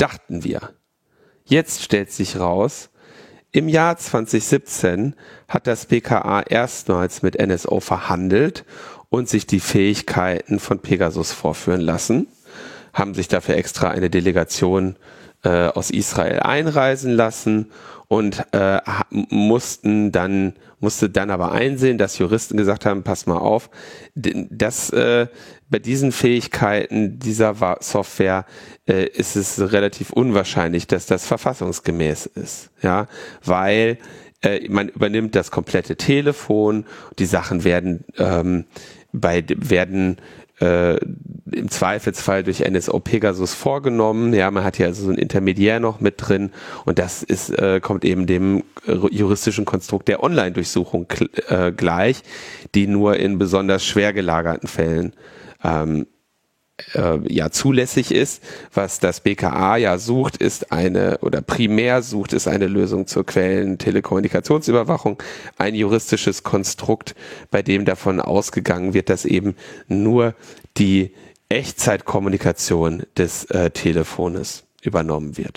dachten wir. Jetzt stellt sich raus, im Jahr zwanzig siebzehn hat das B K A erstmals mit N S O verhandelt und sich die Fähigkeiten von Pegasus vorführen lassen, haben sich dafür extra eine Delegation äh, aus Israel einreisen lassen und äh, mussten dann musste dann aber einsehen, dass Juristen gesagt haben, pass mal auf, dass äh, bei diesen Fähigkeiten dieser Software äh, ist es relativ unwahrscheinlich, dass das verfassungsgemäß ist, ja, weil äh, man übernimmt das komplette Telefon, die Sachen werden ähm, bei werden äh, im Zweifelsfall durch N S O Pegasus vorgenommen. Ja, man hat ja also so ein Intermediär noch mit drin und das ist äh, kommt eben dem äh, juristischen Konstrukt der Online-Durchsuchung äh, gleich, die nur in besonders schwer gelagerten Fällen ähm, äh, ja zulässig ist. Was das B K A ja sucht, ist eine oder primär sucht, ist eine Lösung zur Quellen-Telekommunikationsüberwachung, ein juristisches Konstrukt, bei dem davon ausgegangen wird, dass eben nur die Echtzeitkommunikation des äh, Telefones übernommen wird.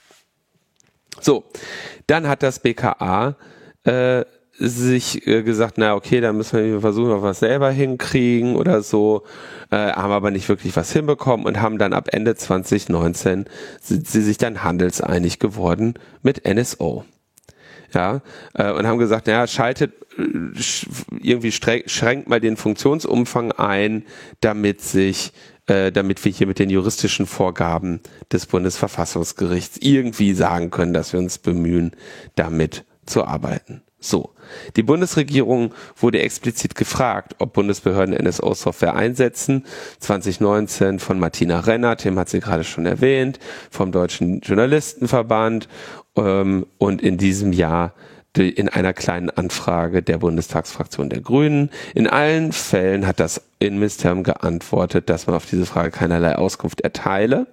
So, dann hat das B K A äh, sich äh, gesagt, na okay, dann müssen wir versuchen, ob wir es selber hinkriegen oder so, äh, haben aber nicht wirklich was hinbekommen und haben dann ab Ende zwanzig neunzehn sind sie sich dann handelseinig geworden mit N S O. Ja, äh, und haben gesagt, naja, schaltet sch, irgendwie streng, schränkt mal den Funktionsumfang ein, damit sich äh, damit wir hier mit den juristischen Vorgaben des Bundesverfassungsgerichts irgendwie sagen können, dass wir uns bemühen, damit zu arbeiten. So, die Bundesregierung wurde explizit gefragt, ob Bundesbehörden N S O-Software einsetzen. zwanzig neunzehn von Martina Renner, Tim hat sie gerade schon erwähnt, vom Deutschen Journalistenverband ähm, und in diesem Jahr in einer kleinen Anfrage der Bundestagsfraktion der Grünen. In allen Fällen hat das Innenministerium geantwortet, dass man auf diese Frage keinerlei Auskunft erteile.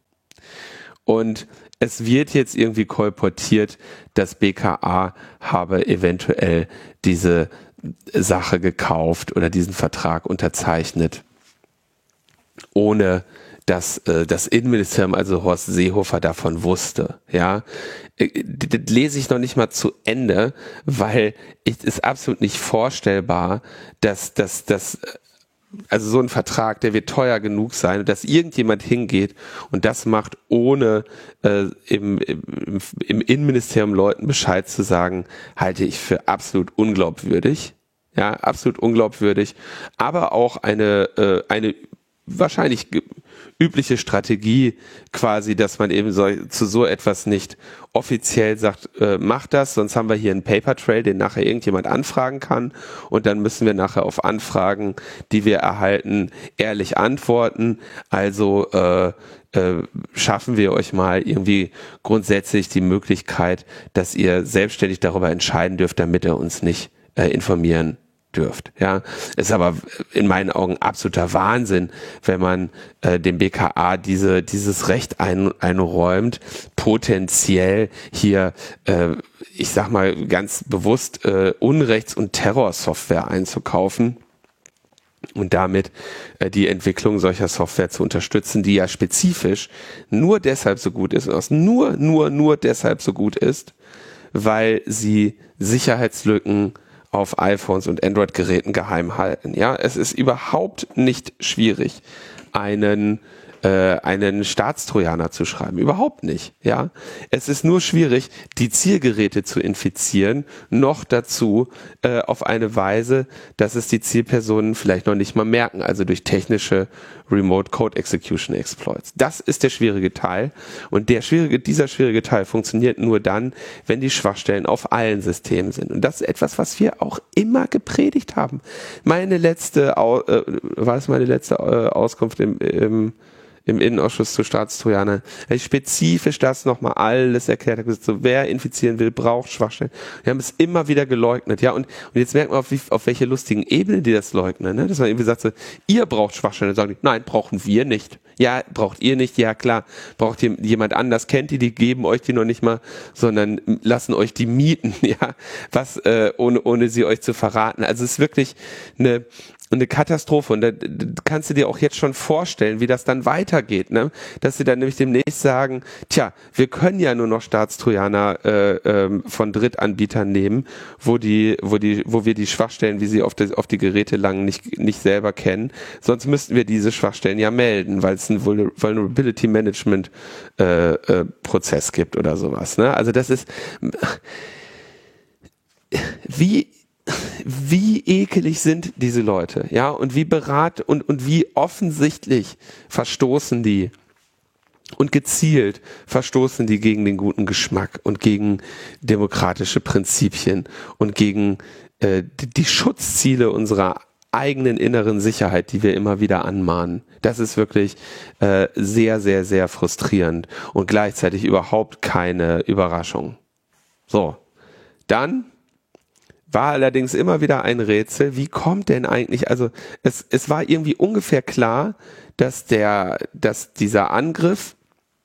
Und es wird jetzt irgendwie kolportiert, das B K A habe eventuell diese Sache gekauft oder diesen Vertrag unterzeichnet, ohne dass äh, das Innenministerium, also Horst Seehofer, davon wusste. Ja, das lese ich noch nicht mal zu Ende, weil es ist absolut nicht vorstellbar, dass dass dass also so ein Vertrag, der wird teuer genug sein, dass irgendjemand hingeht und das macht, ohne äh, im, im, im Innenministerium Leuten Bescheid zu sagen, halte ich für absolut unglaubwürdig. Ja, absolut unglaubwürdig. Aber auch eine, äh, eine wahrscheinlich übliche Strategie quasi, dass man eben so, zu so etwas nicht offiziell sagt, äh, macht das, sonst haben wir hier einen Paper Trail, den nachher irgendjemand anfragen kann und dann müssen wir nachher auf Anfragen, die wir erhalten, ehrlich antworten. Also äh, äh, schaffen wir euch mal irgendwie grundsätzlich die Möglichkeit, dass ihr selbstständig darüber entscheiden dürft, damit ihr uns nicht äh, informieren dürft. Ja, ist aber in meinen Augen absoluter Wahnsinn, wenn man äh, dem B K A diese dieses Recht ein, einräumt, potenziell hier, äh, ich sag mal ganz bewusst, äh, Unrechts- und Terrorsoftware einzukaufen und damit äh, die Entwicklung solcher Software zu unterstützen, die ja spezifisch nur deshalb so gut ist, aus nur, nur, nur deshalb so gut ist, weil sie Sicherheitslücken auf iPhones und Android-Geräten geheim halten. Ja, es ist überhaupt nicht schwierig, einen äh, einen Staatstrojaner zu schreiben. Überhaupt nicht. Ja, es ist nur schwierig, die Zielgeräte zu infizieren, noch dazu äh, auf eine Weise, dass es die Zielpersonen vielleicht noch nicht mal merken, also durch technische Remote Code Execution Exploits. Das ist der schwierige Teil und der schwierige, dieser schwierige Teil funktioniert nur dann, wenn die Schwachstellen auf allen Systemen sind. Und das ist etwas, was wir auch immer gepredigt haben. Meine letzte, äh, war es meine letzte äh, Auskunft im, im im Innenausschuss zu Staatstrojanern, weil ich spezifisch das nochmal alles erklärt habe, so, wer infizieren will, braucht Schwachstellen. Wir haben es immer wieder geleugnet, ja, und, und jetzt merkt man, auf, wie, auf welche lustigen Ebenen die das leugnen, ne? Dass man irgendwie sagt, so, ihr braucht Schwachstellen, dann sagen die, nein, brauchen wir nicht. Ja, braucht ihr nicht, ja klar, braucht ihr jemand anders, kennt die, die geben euch die noch nicht mal, sondern lassen euch die mieten, ja, was, äh, ohne, ohne sie euch zu verraten. Also es ist wirklich eine eine Katastrophe. Und da, da kannst du dir auch jetzt schon vorstellen, wie das dann weitergeht, ne? Dass sie dann nämlich demnächst sagen, tja, wir können ja nur noch Staatstrojaner äh, ähm, von Drittanbietern nehmen, wo die, wo die, wo wir die Schwachstellen, wie sie auf die, auf die Geräte langen, nicht, nicht selber kennen. Sonst müssten wir diese Schwachstellen ja melden, weil es einen Vulnerability Management äh, äh, Prozess gibt oder sowas, ne? Also das ist wie wie ekelig sind diese Leute, ja, und wie berat und, und wie offensichtlich verstoßen die und gezielt verstoßen die gegen den guten Geschmack und gegen demokratische Prinzipien und gegen äh, die, die Schutzziele unserer eigenen inneren Sicherheit, die wir immer wieder anmahnen. Das ist wirklich äh, sehr, sehr, sehr frustrierend und gleichzeitig überhaupt keine Überraschung. So, dann war allerdings immer wieder ein Rätsel, wie kommt denn eigentlich, also es, es war irgendwie ungefähr klar, dass der, dass dieser Angriff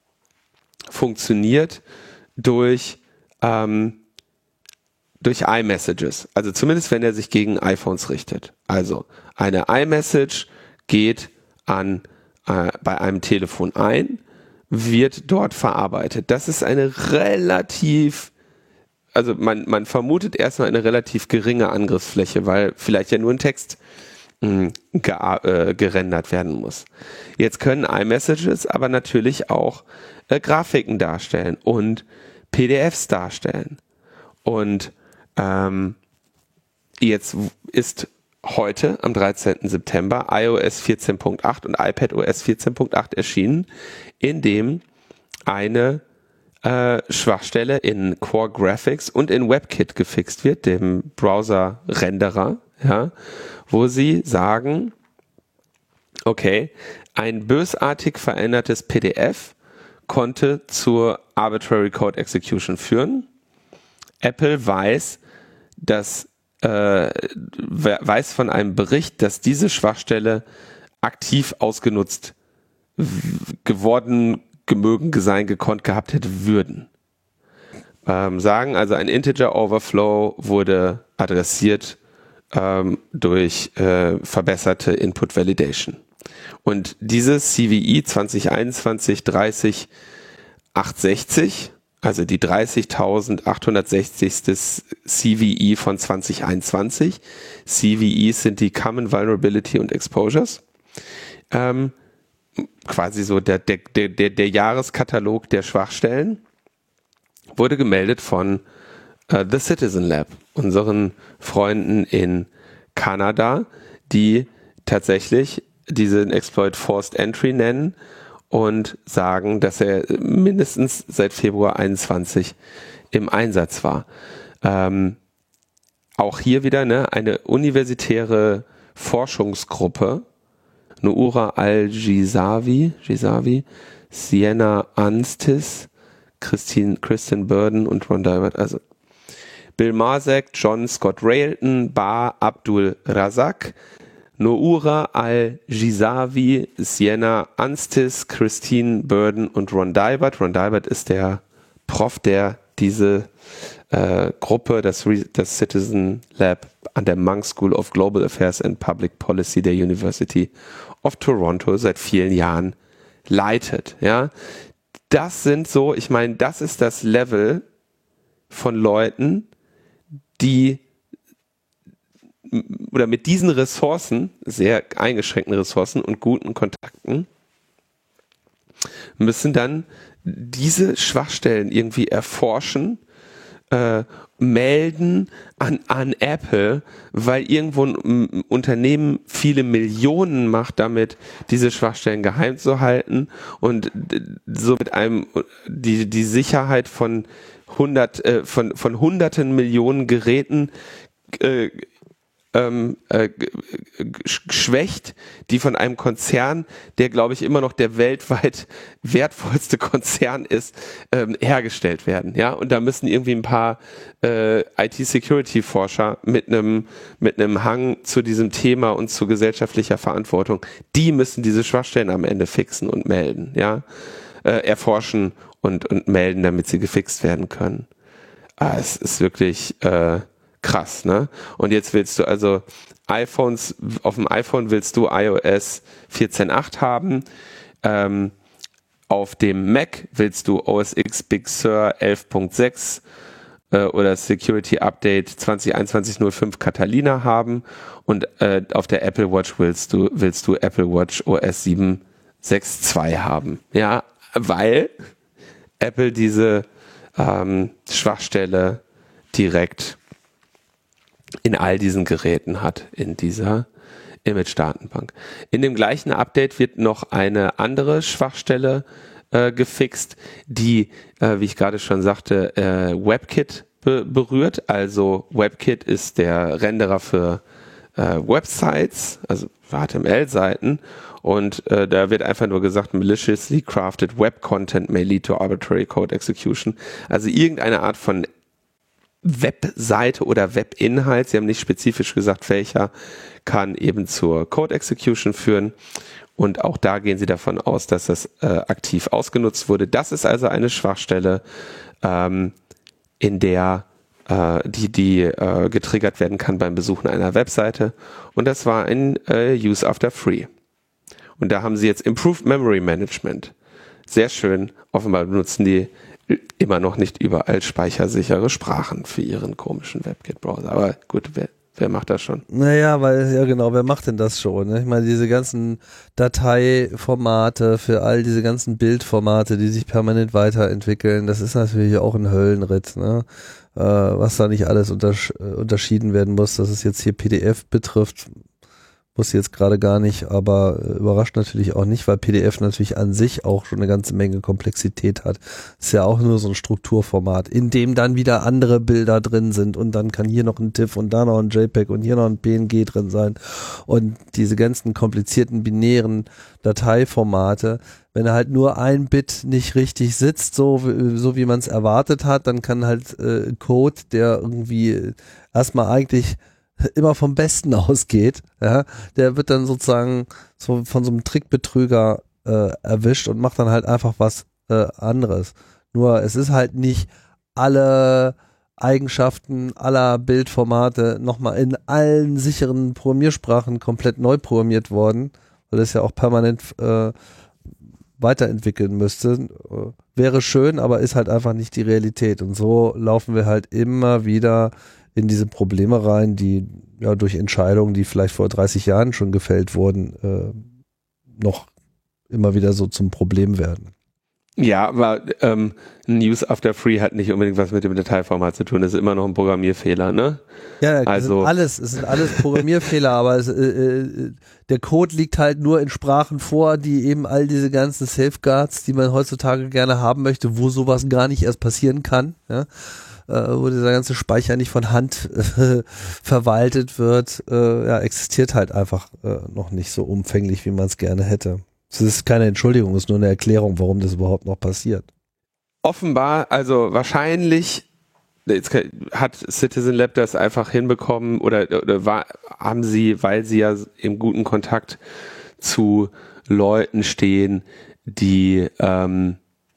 funktioniert durch, ähm, durch iMessages. Also zumindest, wenn er sich gegen iPhones richtet. Also eine iMessage geht an, äh, bei einem Telefon ein, wird dort verarbeitet. Das ist eine relativ Also man, man vermutet erstmal eine relativ geringe Angriffsfläche, weil vielleicht ja nur ein Text mh, ge, äh, gerendert werden muss. Jetzt können iMessages aber natürlich auch äh, Grafiken darstellen und P D Fs darstellen. Und ähm, jetzt ist heute, am dreizehnten September, iOS vierzehn Punkt acht und iPadOS vierzehn Punkt acht erschienen, in dem eine Äh, Schwachstelle in Core Graphics und in WebKit gefixt wird, dem Browser-Renderer, ja, wo sie sagen, okay, ein bösartig verändertes P D F konnte zur Arbitrary Code Execution führen. Apple weiß, dass äh, weiß von einem Bericht, dass diese Schwachstelle aktiv ausgenutzt w- geworden gemögen, sein, gekonnt gehabt hätte, würden. Ähm, sagen also, ein Integer Overflow wurde adressiert ähm, durch äh, verbesserte Input Validation. Und diese C V E zwanzig einundzwanzig dreißig achthundertsechzig, also die dreißigtausendachthundertsechzig. C V E von zwanzig einundzwanzig, C V Es sind die Common Vulnerability und Exposures, ähm, quasi so der, der, der, der Jahreskatalog der Schwachstellen, wurde gemeldet von uh, The Citizen Lab, unseren Freunden in Kanada, die tatsächlich diesen Exploit Forced Entry nennen und sagen, dass er mindestens seit Februar einundzwanzig im Einsatz war. Ähm, auch hier wieder ne, eine universitäre Forschungsgruppe, Noura Al-Gizavi, Gizavi, Sienna Anstis, Christine, Kristen Burden und Ron Dybert, also Bill Marzek, John Scott Railton, Bar Abdul Razak, Noura Al-Gizavi, Sienna Anstis, Christine Burden und Ron Dybert. Ron Dybert ist der Prof, der diese äh, Gruppe, das, Re- das Citizen Lab an der Munk School of Global Affairs and Public Policy der University of Toronto seit vielen Jahren leitet. Ja, das sind so, ich meine, das ist das Level von Leuten, die oder mit diesen Ressourcen, sehr eingeschränkten Ressourcen und guten Kontakten, müssen dann diese Schwachstellen irgendwie erforschen, äh, melden an, an Apple, weil irgendwo ein Unternehmen viele Millionen macht damit, diese Schwachstellen geheim zu halten und so mit einem die, die Sicherheit von hundert, äh, von, von hunderten Millionen Geräten äh, Ähm, äh, schwächt, die von einem Konzern, der glaube ich immer noch der weltweit wertvollste Konzern ist, ähm, hergestellt werden. Ja, und da müssen irgendwie ein paar äh, I T-Security-Forscher mit einem mit einem Hang zu diesem Thema und zu gesellschaftlicher Verantwortung, die müssen diese Schwachstellen am Ende fixen und melden, ja, äh, erforschen und und melden, damit sie gefixt werden können. Ah, es ist wirklich äh, krass, ne? Und jetzt willst du also iPhones, auf dem iPhone willst du iOS vierzehn Punkt acht haben, ähm, auf dem Mac willst du O S X Big Sur elf Punkt sechs äh, oder Security Update zwanzig einundzwanzig null fünf Catalina haben und äh, auf der Apple Watch willst du, willst du Apple Watch O S sieben sechs zwei haben. Ja, weil Apple diese ähm, Schwachstelle direkt in all diesen Geräten hat, in dieser Image-Datenbank. In dem gleichen Update wird noch eine andere Schwachstelle äh, gefixt, die, äh, wie ich gerade schon sagte, äh, WebKit be- berührt. Also WebKit ist der Renderer für äh, Websites, also H T M L-Seiten. Und äh, da wird einfach nur gesagt, maliciously crafted web content may lead to arbitrary code execution. Also irgendeine Art von Webseite oder Webinhalt, sie haben nicht spezifisch gesagt, welcher, kann eben zur Code Execution führen. Und auch da gehen sie davon aus, dass das äh, aktiv ausgenutzt wurde. Das ist also eine Schwachstelle, ähm, in der äh, die, die äh, getriggert werden kann beim Besuchen einer Webseite. Und das war ein äh, Use After Free. Und da haben sie jetzt Improved Memory Management. Sehr schön. Offenbar benutzen die immer noch nicht überall speichersichere Sprachen für ihren komischen WebKit-Browser. Aber gut, wer, wer macht das schon? Naja, weil, ja genau, wer macht denn das schon? Ne? Ich meine, diese ganzen Dateiformate für all diese ganzen Bildformate, die sich permanent weiterentwickeln, das ist natürlich auch ein Höllenritt, ne? Äh, was da nicht alles untersch- unterschieden werden muss, dass es jetzt hier P D F betrifft, muss jetzt gerade gar nicht, aber überrascht natürlich auch nicht, weil P D F natürlich an sich auch schon eine ganze Menge Komplexität hat. Ist ja auch nur so ein Strukturformat, in dem dann wieder andere Bilder drin sind und dann kann hier noch ein TIFF und da noch ein JPEG und hier noch ein P N G drin sein und diese ganzen komplizierten binären Dateiformate, wenn halt nur ein Bit nicht richtig sitzt, so, so wie man es erwartet hat, dann kann halt äh, Code, der irgendwie erstmal eigentlich immer vom Besten ausgeht, ja, der wird dann sozusagen so von so einem Trickbetrüger äh, erwischt und macht dann halt einfach was äh, anderes. Nur es ist halt nicht alle Eigenschaften aller Bildformate nochmal in allen sicheren Programmiersprachen komplett neu programmiert worden, weil es ja auch permanent äh, weiterentwickeln müsste. Äh, wäre schön, aber ist halt einfach nicht die Realität. Und so laufen wir halt immer wieder in diese Probleme rein, die ja durch Entscheidungen, die vielleicht vor dreißig Jahren schon gefällt wurden, äh, noch immer wieder so zum Problem werden. Ja, aber ähm, Use After Free hat nicht unbedingt was mit dem Dateiformat zu tun. Das ist immer noch ein Programmierfehler, ne? Ja, also sind alles, es sind alles Programmierfehler, aber es, äh, äh, der Code liegt halt nur in Sprachen vor, die eben all diese ganzen Safeguards, die man heutzutage gerne haben möchte, wo sowas gar nicht erst passieren kann, ja, äh, wo dieser ganze Speicher nicht von Hand äh, verwaltet wird, äh, ja, existiert halt einfach äh, noch nicht so umfänglich, wie man es gerne hätte. Es ist keine Entschuldigung, es ist nur eine Erklärung, warum das überhaupt noch passiert. Offenbar, also wahrscheinlich jetzt hat Citizen Lab das einfach hinbekommen oder, oder war, haben sie, weil sie ja im guten Kontakt zu Leuten stehen, die ähm,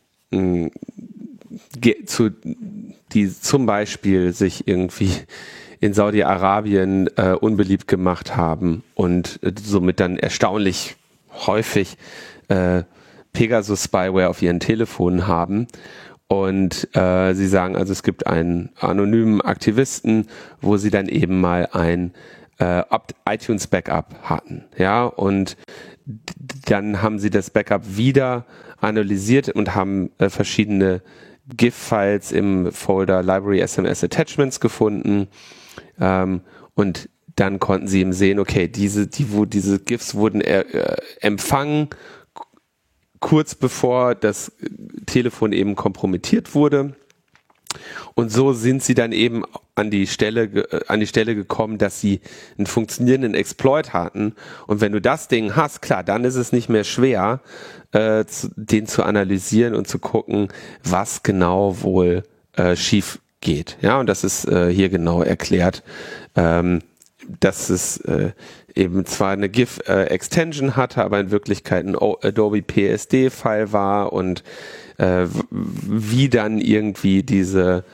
zu, die zum Beispiel sich irgendwie in Saudi-Arabien äh, unbeliebt gemacht haben und äh, somit dann erstaunlich häufig äh, Pegasus-Spyware auf ihren Telefonen haben. Und äh, sie sagen, also es gibt einen anonymen Aktivisten, wo sie dann eben mal ein äh, iTunes-Backup hatten. Ja, und d- dann haben sie das Backup wieder analysiert und haben äh, verschiedene GIF-Files im Folder Library S M S Attachments gefunden. Ähm, und dann konnten sie eben sehen, okay, diese, die, wo diese GIFs wurden äh, empfangen, k- kurz bevor das Telefon eben kompromittiert wurde. Und so sind sie dann eben an die Stelle, äh, an die Stelle gekommen, dass sie einen funktionierenden Exploit hatten. Und wenn du das Ding hast, klar, dann ist es nicht mehr schwer, äh, zu, den zu analysieren und zu gucken, was genau wohl äh, schief geht. Ja, und das ist äh, hier genau erklärt. Ähm, dass es äh, eben zwar eine GIF-Extension äh, hatte, aber in Wirklichkeit ein o- Adobe P S D-File war und äh, w- wie dann irgendwie diese,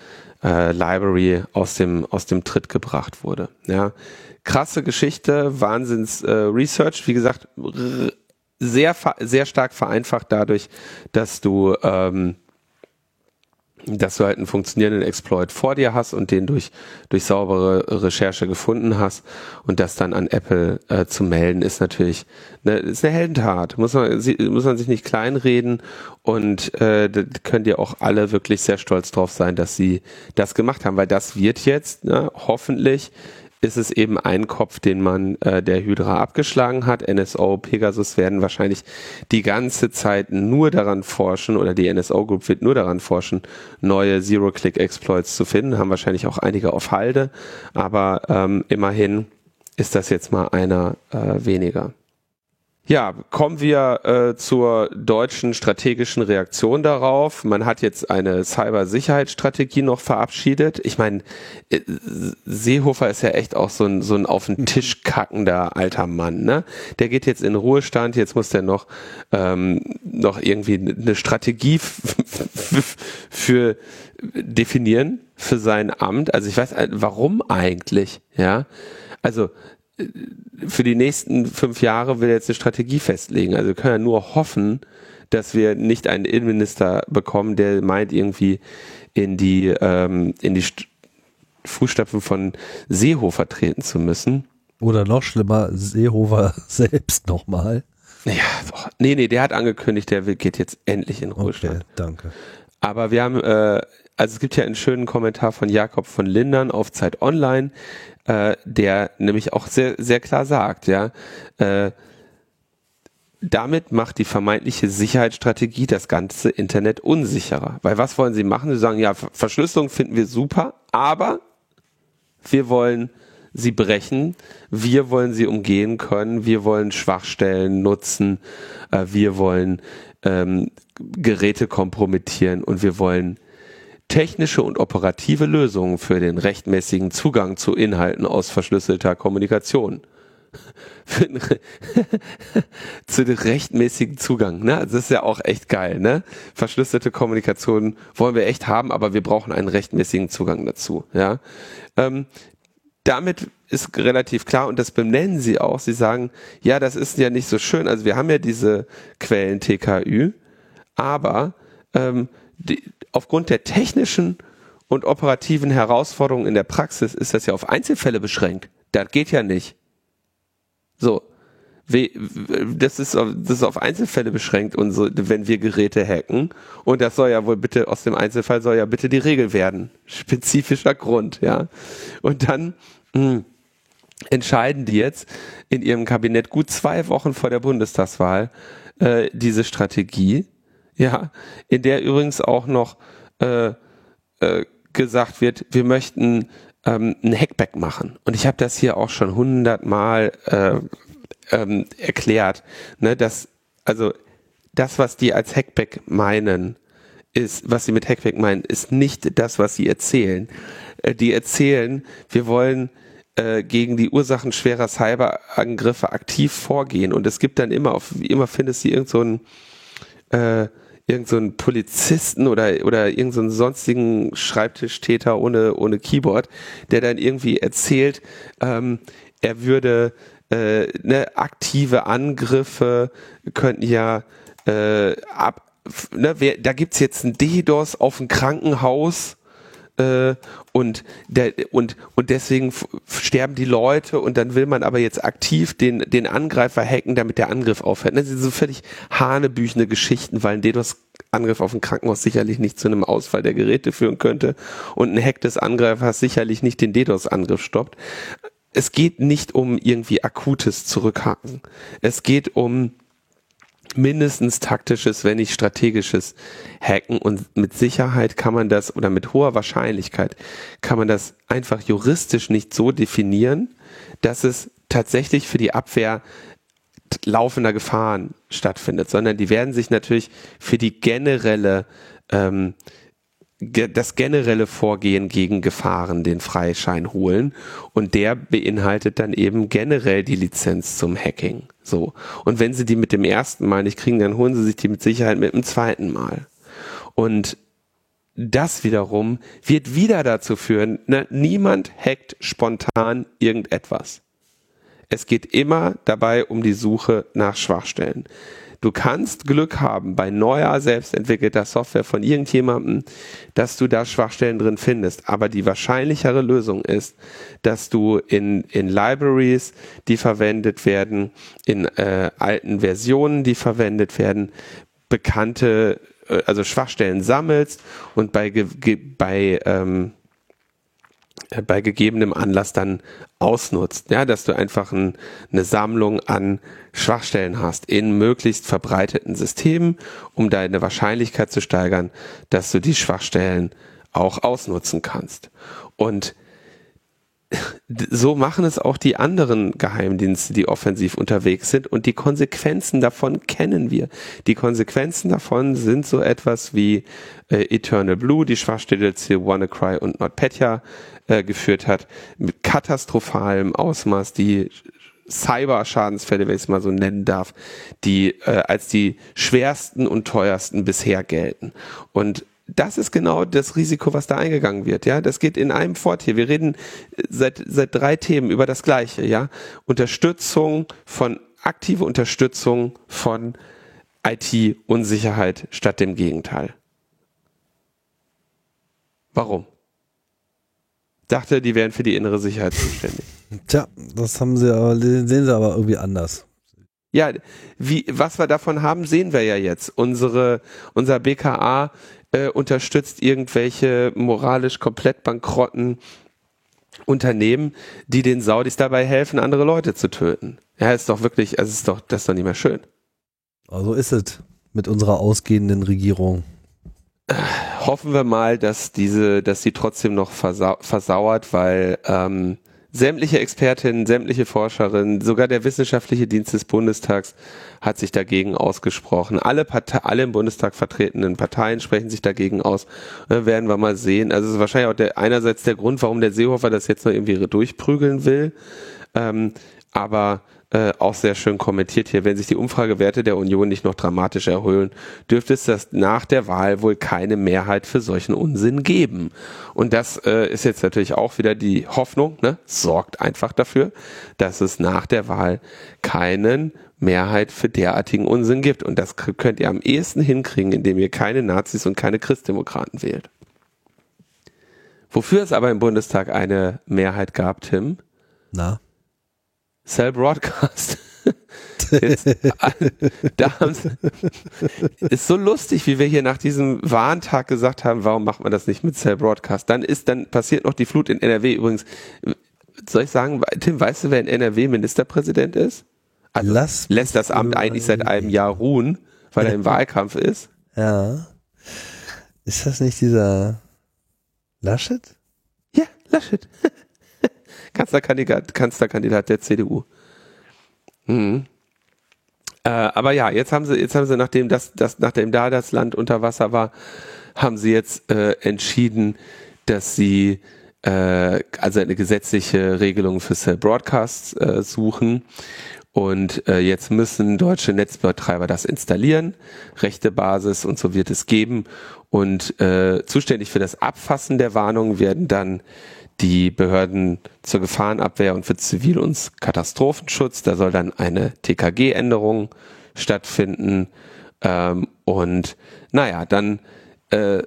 äh, Library aus dem, aus dem Tritt gebracht wurde. Ja. Krasse Geschichte, Wahnsinns äh, Research, wie gesagt, r- sehr, sehr stark vereinfacht dadurch, dass du ähm, dass du halt einen funktionierenden Exploit vor dir hast und den durch, durch saubere Recherche gefunden hast und das dann an Apple äh, zu melden, ist natürlich eine, ist eine Heldentat. Muss man, muss man sich nicht kleinreden und äh, da könnt ihr auch alle wirklich sehr stolz drauf sein, dass sie das gemacht haben, weil das wird jetzt, ne, hoffentlich ist es eben ein Kopf, den man äh, der Hydra abgeschlagen hat. N S O, Pegasus werden wahrscheinlich die ganze Zeit nur daran forschen, oder die N S O Group wird nur daran forschen, neue Zero-Click-Exploits zu finden, haben wahrscheinlich auch einige auf Halde, aber ähm, immerhin ist das jetzt mal einer äh, weniger. Ja, kommen wir äh, zur deutschen strategischen Reaktion darauf. Man hat jetzt eine Cybersicherheitsstrategie noch verabschiedet. Ich meine, äh, Seehofer ist ja echt auch so ein, so ein auf den Tisch kackender alter Mann, ne? Der geht jetzt in Ruhestand, jetzt muss der noch, ähm, noch irgendwie eine Strategie f- f- für definieren für sein Amt. Also ich weiß, warum eigentlich, ja? Also für die nächsten fünf Jahre will er jetzt eine Strategie festlegen. Also wir können ja nur hoffen, dass wir nicht einen Innenminister bekommen, der meint, irgendwie in die, ähm, in die St- Fußstapfen von Seehofer treten zu müssen. Oder noch schlimmer, Seehofer selbst nochmal. Ja, doch. nee, nee, der hat angekündigt, der will, geht jetzt endlich in Ruhestand. Okay, danke. Aber wir haben, äh, also es gibt ja einen schönen Kommentar von Jakob von Lindern auf Zeit Online, äh, der nämlich auch sehr, sehr klar sagt, ja, äh, damit macht die vermeintliche Sicherheitsstrategie das ganze Internet unsicherer. Weil was wollen sie machen? Sie sagen, ja, Verschlüsselung finden wir super, aber wir wollen sie brechen, wir wollen sie umgehen können, wir wollen Schwachstellen nutzen, äh, wir wollen ähm, Geräte kompromittieren und wir wollen technische und operative Lösungen für den rechtmäßigen Zugang zu Inhalten aus verschlüsselter Kommunikation. Zu dem rechtmäßigen Zugang, ne? Das ist ja auch echt geil, ne? Verschlüsselte Kommunikation wollen wir echt haben, aber wir brauchen einen rechtmäßigen Zugang dazu, ja? Ähm, damit ist relativ klar, und das benennen sie auch, sie sagen, ja, das ist ja nicht so schön, also wir haben ja diese Quellen T K Ü, aber ähm, die, aufgrund der technischen und operativen Herausforderungen in der Praxis ist das ja auf Einzelfälle beschränkt. Das geht ja nicht. So, das ist, auf, das ist auf Einzelfälle beschränkt, und so, wenn wir Geräte hacken. Und das soll ja wohl bitte, aus dem Einzelfall soll ja bitte die Regel werden. Spezifischer Grund, ja. Und dann mh, entscheiden die jetzt in ihrem Kabinett gut zwei Wochen vor der Bundestagswahl äh, diese Strategie, ja, in der übrigens auch noch äh, äh, gesagt wird, wir möchten ähm, ein Hackback machen. Und ich habe das hier auch schon hundertmal äh, ähm, erklärt, ne, dass, also das, was die als Hackback meinen, ist, was sie mit Hackback meinen, ist nicht das, was sie erzählen. Äh, die erzählen, wir wollen äh, gegen die Ursachen schwerer Cyberangriffe aktiv vorgehen, und es gibt dann immer, auf, wie immer findest du irgend so ein äh, irgend so einen Polizisten oder oder irgend so einen sonstigen Schreibtischtäter ohne ohne Keyboard, der dann irgendwie erzählt, ähm, er würde äh, ne, aktive Angriffe könnten ja äh, ab, ne, wer, da gibt's jetzt ein DDoS auf ein Krankenhaus äh, und der und und deswegen f- sterben die Leute, und dann will man aber jetzt aktiv den den Angreifer hacken, damit der Angriff aufhört. Das sind so völlig hanebüchene Geschichten, weil ein DDoS-Angriff auf ein Krankenhaus sicherlich nicht zu einem Ausfall der Geräte führen könnte, und ein Hack des Angreifers sicherlich nicht den DDoS-Angriff stoppt. Es geht nicht um irgendwie akutes Zurückhacken. Es geht um mindestens taktisches, wenn nicht strategisches Hacken, und mit Sicherheit kann man das, oder mit hoher Wahrscheinlichkeit kann man das einfach juristisch nicht so definieren, dass es tatsächlich für die Abwehr laufender Gefahren stattfindet, sondern die werden sich natürlich für die generelle ähm, das generelle Vorgehen gegen Gefahren den Freischein holen, und der beinhaltet dann eben generell die Lizenz zum Hacking. So. Und wenn sie die mit dem ersten Mal nicht kriegen, dann holen sie sich die mit Sicherheit mit dem zweiten Mal. Und das wiederum wird wieder dazu führen, ne, niemand hackt spontan irgendetwas. Es geht immer dabei um die Suche nach Schwachstellen. Du kannst Glück haben bei neuer, selbstentwickelter Software von irgendjemandem, dass du da Schwachstellen drin findest. Aber die wahrscheinlichere Lösung ist, dass du in, in Libraries, die verwendet werden, in äh, alten Versionen, die verwendet werden, bekannte, äh, also Schwachstellen sammelst und bei, ge, ge, bei ähm, bei gegebenem Anlass dann ausnutzt, ja, dass du einfach ein, eine Sammlung an Schwachstellen hast in möglichst verbreiteten Systemen, um deine Wahrscheinlichkeit zu steigern, dass du die Schwachstellen auch ausnutzen kannst. Und so machen es auch die anderen Geheimdienste, die offensiv unterwegs sind, und die Konsequenzen davon kennen wir. Die Konsequenzen davon sind so etwas wie äh, Eternal Blue, die Schwachstelle zu WannaCry und NotPetya äh, geführt hat, mit katastrophalem Ausmaß, die Cyber-Schadensfälle, wenn ich es mal so nennen darf, die äh, als die schwersten und teuersten bisher gelten. Und das ist genau das Risiko, was da eingegangen wird, ja. Das geht in einem fort hier. Wir reden seit, seit drei Themen über das Gleiche, ja. Unterstützung von, aktive Unterstützung von I T-Unsicherheit statt dem Gegenteil. Warum? Dachte, die wären für die innere Sicherheit zuständig. Tja, das haben sie aber, sehen sie aber irgendwie anders. Ja, wie, was wir davon haben, sehen wir ja jetzt. Unsere, unser B K A äh, unterstützt irgendwelche moralisch komplett bankrotten Unternehmen, die den Saudis dabei helfen, andere Leute zu töten. Ja, ist doch wirklich, also ist doch, das ist doch nicht mehr schön. Also ist es mit unserer ausgehenden Regierung. Hoffen wir mal, dass diese, dass sie trotzdem noch versau- versauert, weil ähm, sämtliche Expertinnen, sämtliche Forscherinnen, sogar der wissenschaftliche Dienst des Bundestags hat sich dagegen ausgesprochen. Alle Partei, alle im Bundestag vertretenen Parteien sprechen sich dagegen aus. Äh, werden wir mal sehen. Also es ist wahrscheinlich auch der, einerseits der Grund, warum der Seehofer das jetzt noch irgendwie durchprügeln will. Ähm, aber Äh, auch sehr schön kommentiert hier, wenn sich die Umfragewerte der Union nicht noch dramatisch erhöhen, dürfte es das nach der Wahl wohl keine Mehrheit für solchen Unsinn geben. Und das äh, ist jetzt natürlich auch wieder die Hoffnung, ne? Sorgt einfach dafür, dass es nach der Wahl keine Mehrheit für derartigen Unsinn gibt. Und das k- könnt ihr am ehesten hinkriegen, indem ihr keine Nazis und keine Christdemokraten wählt. Wofür es aber im Bundestag eine Mehrheit gab, Tim? Na? Cell Broadcast. Jetzt, da haben sie, ist so lustig, wie wir hier nach diesem Warntag gesagt haben, warum macht man das nicht mit Cell Broadcast? Dann ist, dann passiert noch die Flut in N R W. Übrigens, soll ich sagen, Tim, weißt du, wer in N R W Ministerpräsident ist? Also Lass lässt das Amt eigentlich seit einem Jahr ruhen, weil er im Wahlkampf ist. Ja. Ist das nicht dieser Laschet? Ja, Laschet. Kanzlerkandidat, Kanzlerkandidat der C D U. Mhm. Äh, aber ja, jetzt haben sie, jetzt haben sie, nachdem das, das, nachdem da das Land unter Wasser war, haben sie jetzt äh, entschieden, dass sie äh, also eine gesetzliche Regelung für Cell Broadcasts äh, suchen. Und äh, jetzt müssen deutsche Netzbetreiber das installieren, rechte Basis, und so wird es geben. Und äh, zuständig für das Abfassen der Warnungen werden dann die Behörden zur Gefahrenabwehr und für Zivil- und Katastrophenschutz. Da soll dann eine T K G-Änderung stattfinden. Ähm, und naja, dann äh,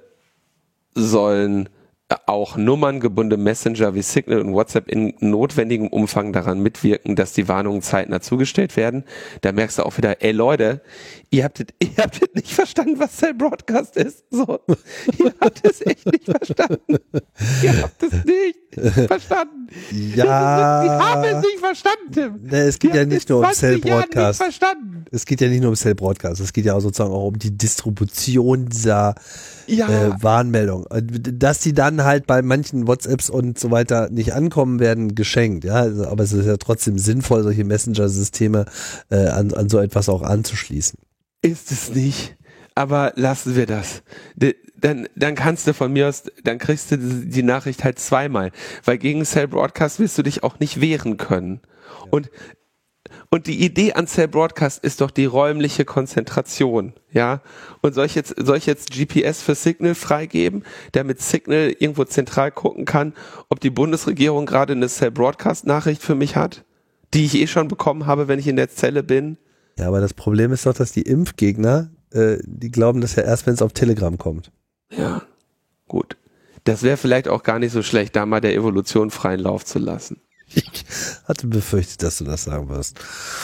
sollen auch nummerngebundene Messenger wie Signal und WhatsApp in notwendigem Umfang daran mitwirken, dass die Warnungen zeitnah zugestellt werden. Da merkst du auch wieder, ey Leute, ihr habt das, ihr habt das nicht verstanden, was Cell Broadcast ist. So, ihr habt es echt nicht verstanden. Ihr habt es nicht verstanden. Ja. Die haben es nicht verstanden, Tim. Ne, es geht Die ja haben nicht es nur um zwanzig Cell Jahren Broadcast. Nicht verstanden. Es geht ja nicht nur um Cell Broadcast, es geht ja auch sozusagen auch um die Distribution dieser Ja. äh, Warnmeldung. Dass die dann halt bei manchen WhatsApps und so weiter nicht ankommen werden, geschenkt. Ja, also, aber es ist ja trotzdem sinnvoll, solche Messenger-Systeme äh, an, an so etwas auch anzuschließen. Ist es nicht. Aber lassen wir das. De, dann, dann kannst du von mir aus, dann kriegst du die Nachricht halt zweimal. Weil gegen Cell Broadcast wirst du dich auch nicht wehren können. Ja. Und Und die Idee an Cell Broadcast ist doch die räumliche Konzentration, ja. Und soll ich jetzt, soll ich jetzt G P S für Signal freigeben, damit Signal irgendwo zentral gucken kann, ob die Bundesregierung gerade eine Cell Broadcast Nachricht für mich hat, die ich eh schon bekommen habe, wenn ich in der Zelle bin? Ja, aber das Problem ist doch, dass die Impfgegner, äh, die glauben das ja erst, wenn es auf Telegram kommt. Ja, gut. Das wäre vielleicht auch gar nicht so schlecht, da mal der Evolution freien Lauf zu lassen. Ich hatte befürchtet, dass du das sagen wirst.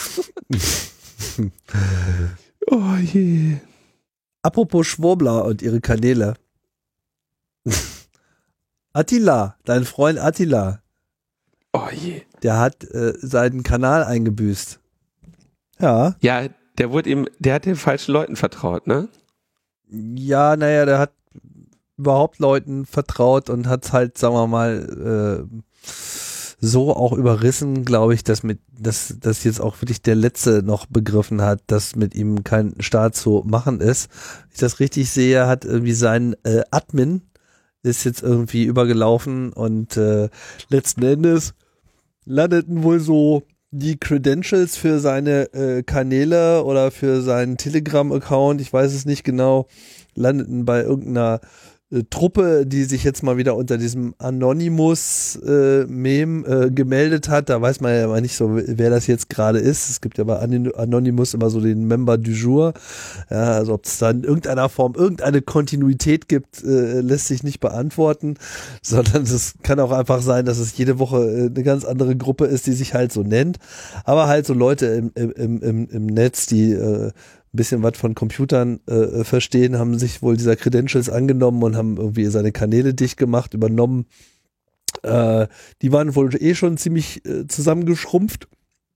Oh je. Apropos Schwurbler und ihre Kanäle. Attila, dein Freund Attila. Oh je. Der hat äh, seinen Kanal eingebüßt. Ja. Ja, der wurde ihm, der hat den falschen Leuten vertraut, ne? Ja, naja, der hat überhaupt Leuten vertraut und hat halt, sagen wir mal, äh, so auch überrissen, glaube ich, dass mit, dass, dass jetzt auch wirklich der Letzte noch begriffen hat, dass mit ihm kein Start zu machen ist. Wenn ich das richtig sehe, hat irgendwie sein äh, Admin ist jetzt irgendwie übergelaufen und äh, letzten Endes landeten wohl so die Credentials für seine äh, Kanäle oder für seinen Telegram-Account, ich weiß es nicht genau, landeten bei irgendeiner äh, Truppe, die sich jetzt mal wieder unter diesem Anonymous-Meme äh, äh, gemeldet hat. Da weiß man ja immer nicht so, wer das jetzt gerade ist. Es gibt ja bei Anonymous immer so den Member du Jour. Ja, also ob es da in irgendeiner Form irgendeine Kontinuität gibt, äh, lässt sich nicht beantworten, sondern es kann auch einfach sein, dass es jede Woche äh, eine ganz andere Gruppe ist, die sich halt so nennt. Aber halt so Leute im, im, im, im Netz, die äh, ein bisschen was von Computern äh, verstehen, haben sich wohl dieser Credentials angenommen und haben irgendwie seine Kanäle dicht gemacht, übernommen. Äh, die waren wohl eh schon ziemlich äh, zusammengeschrumpft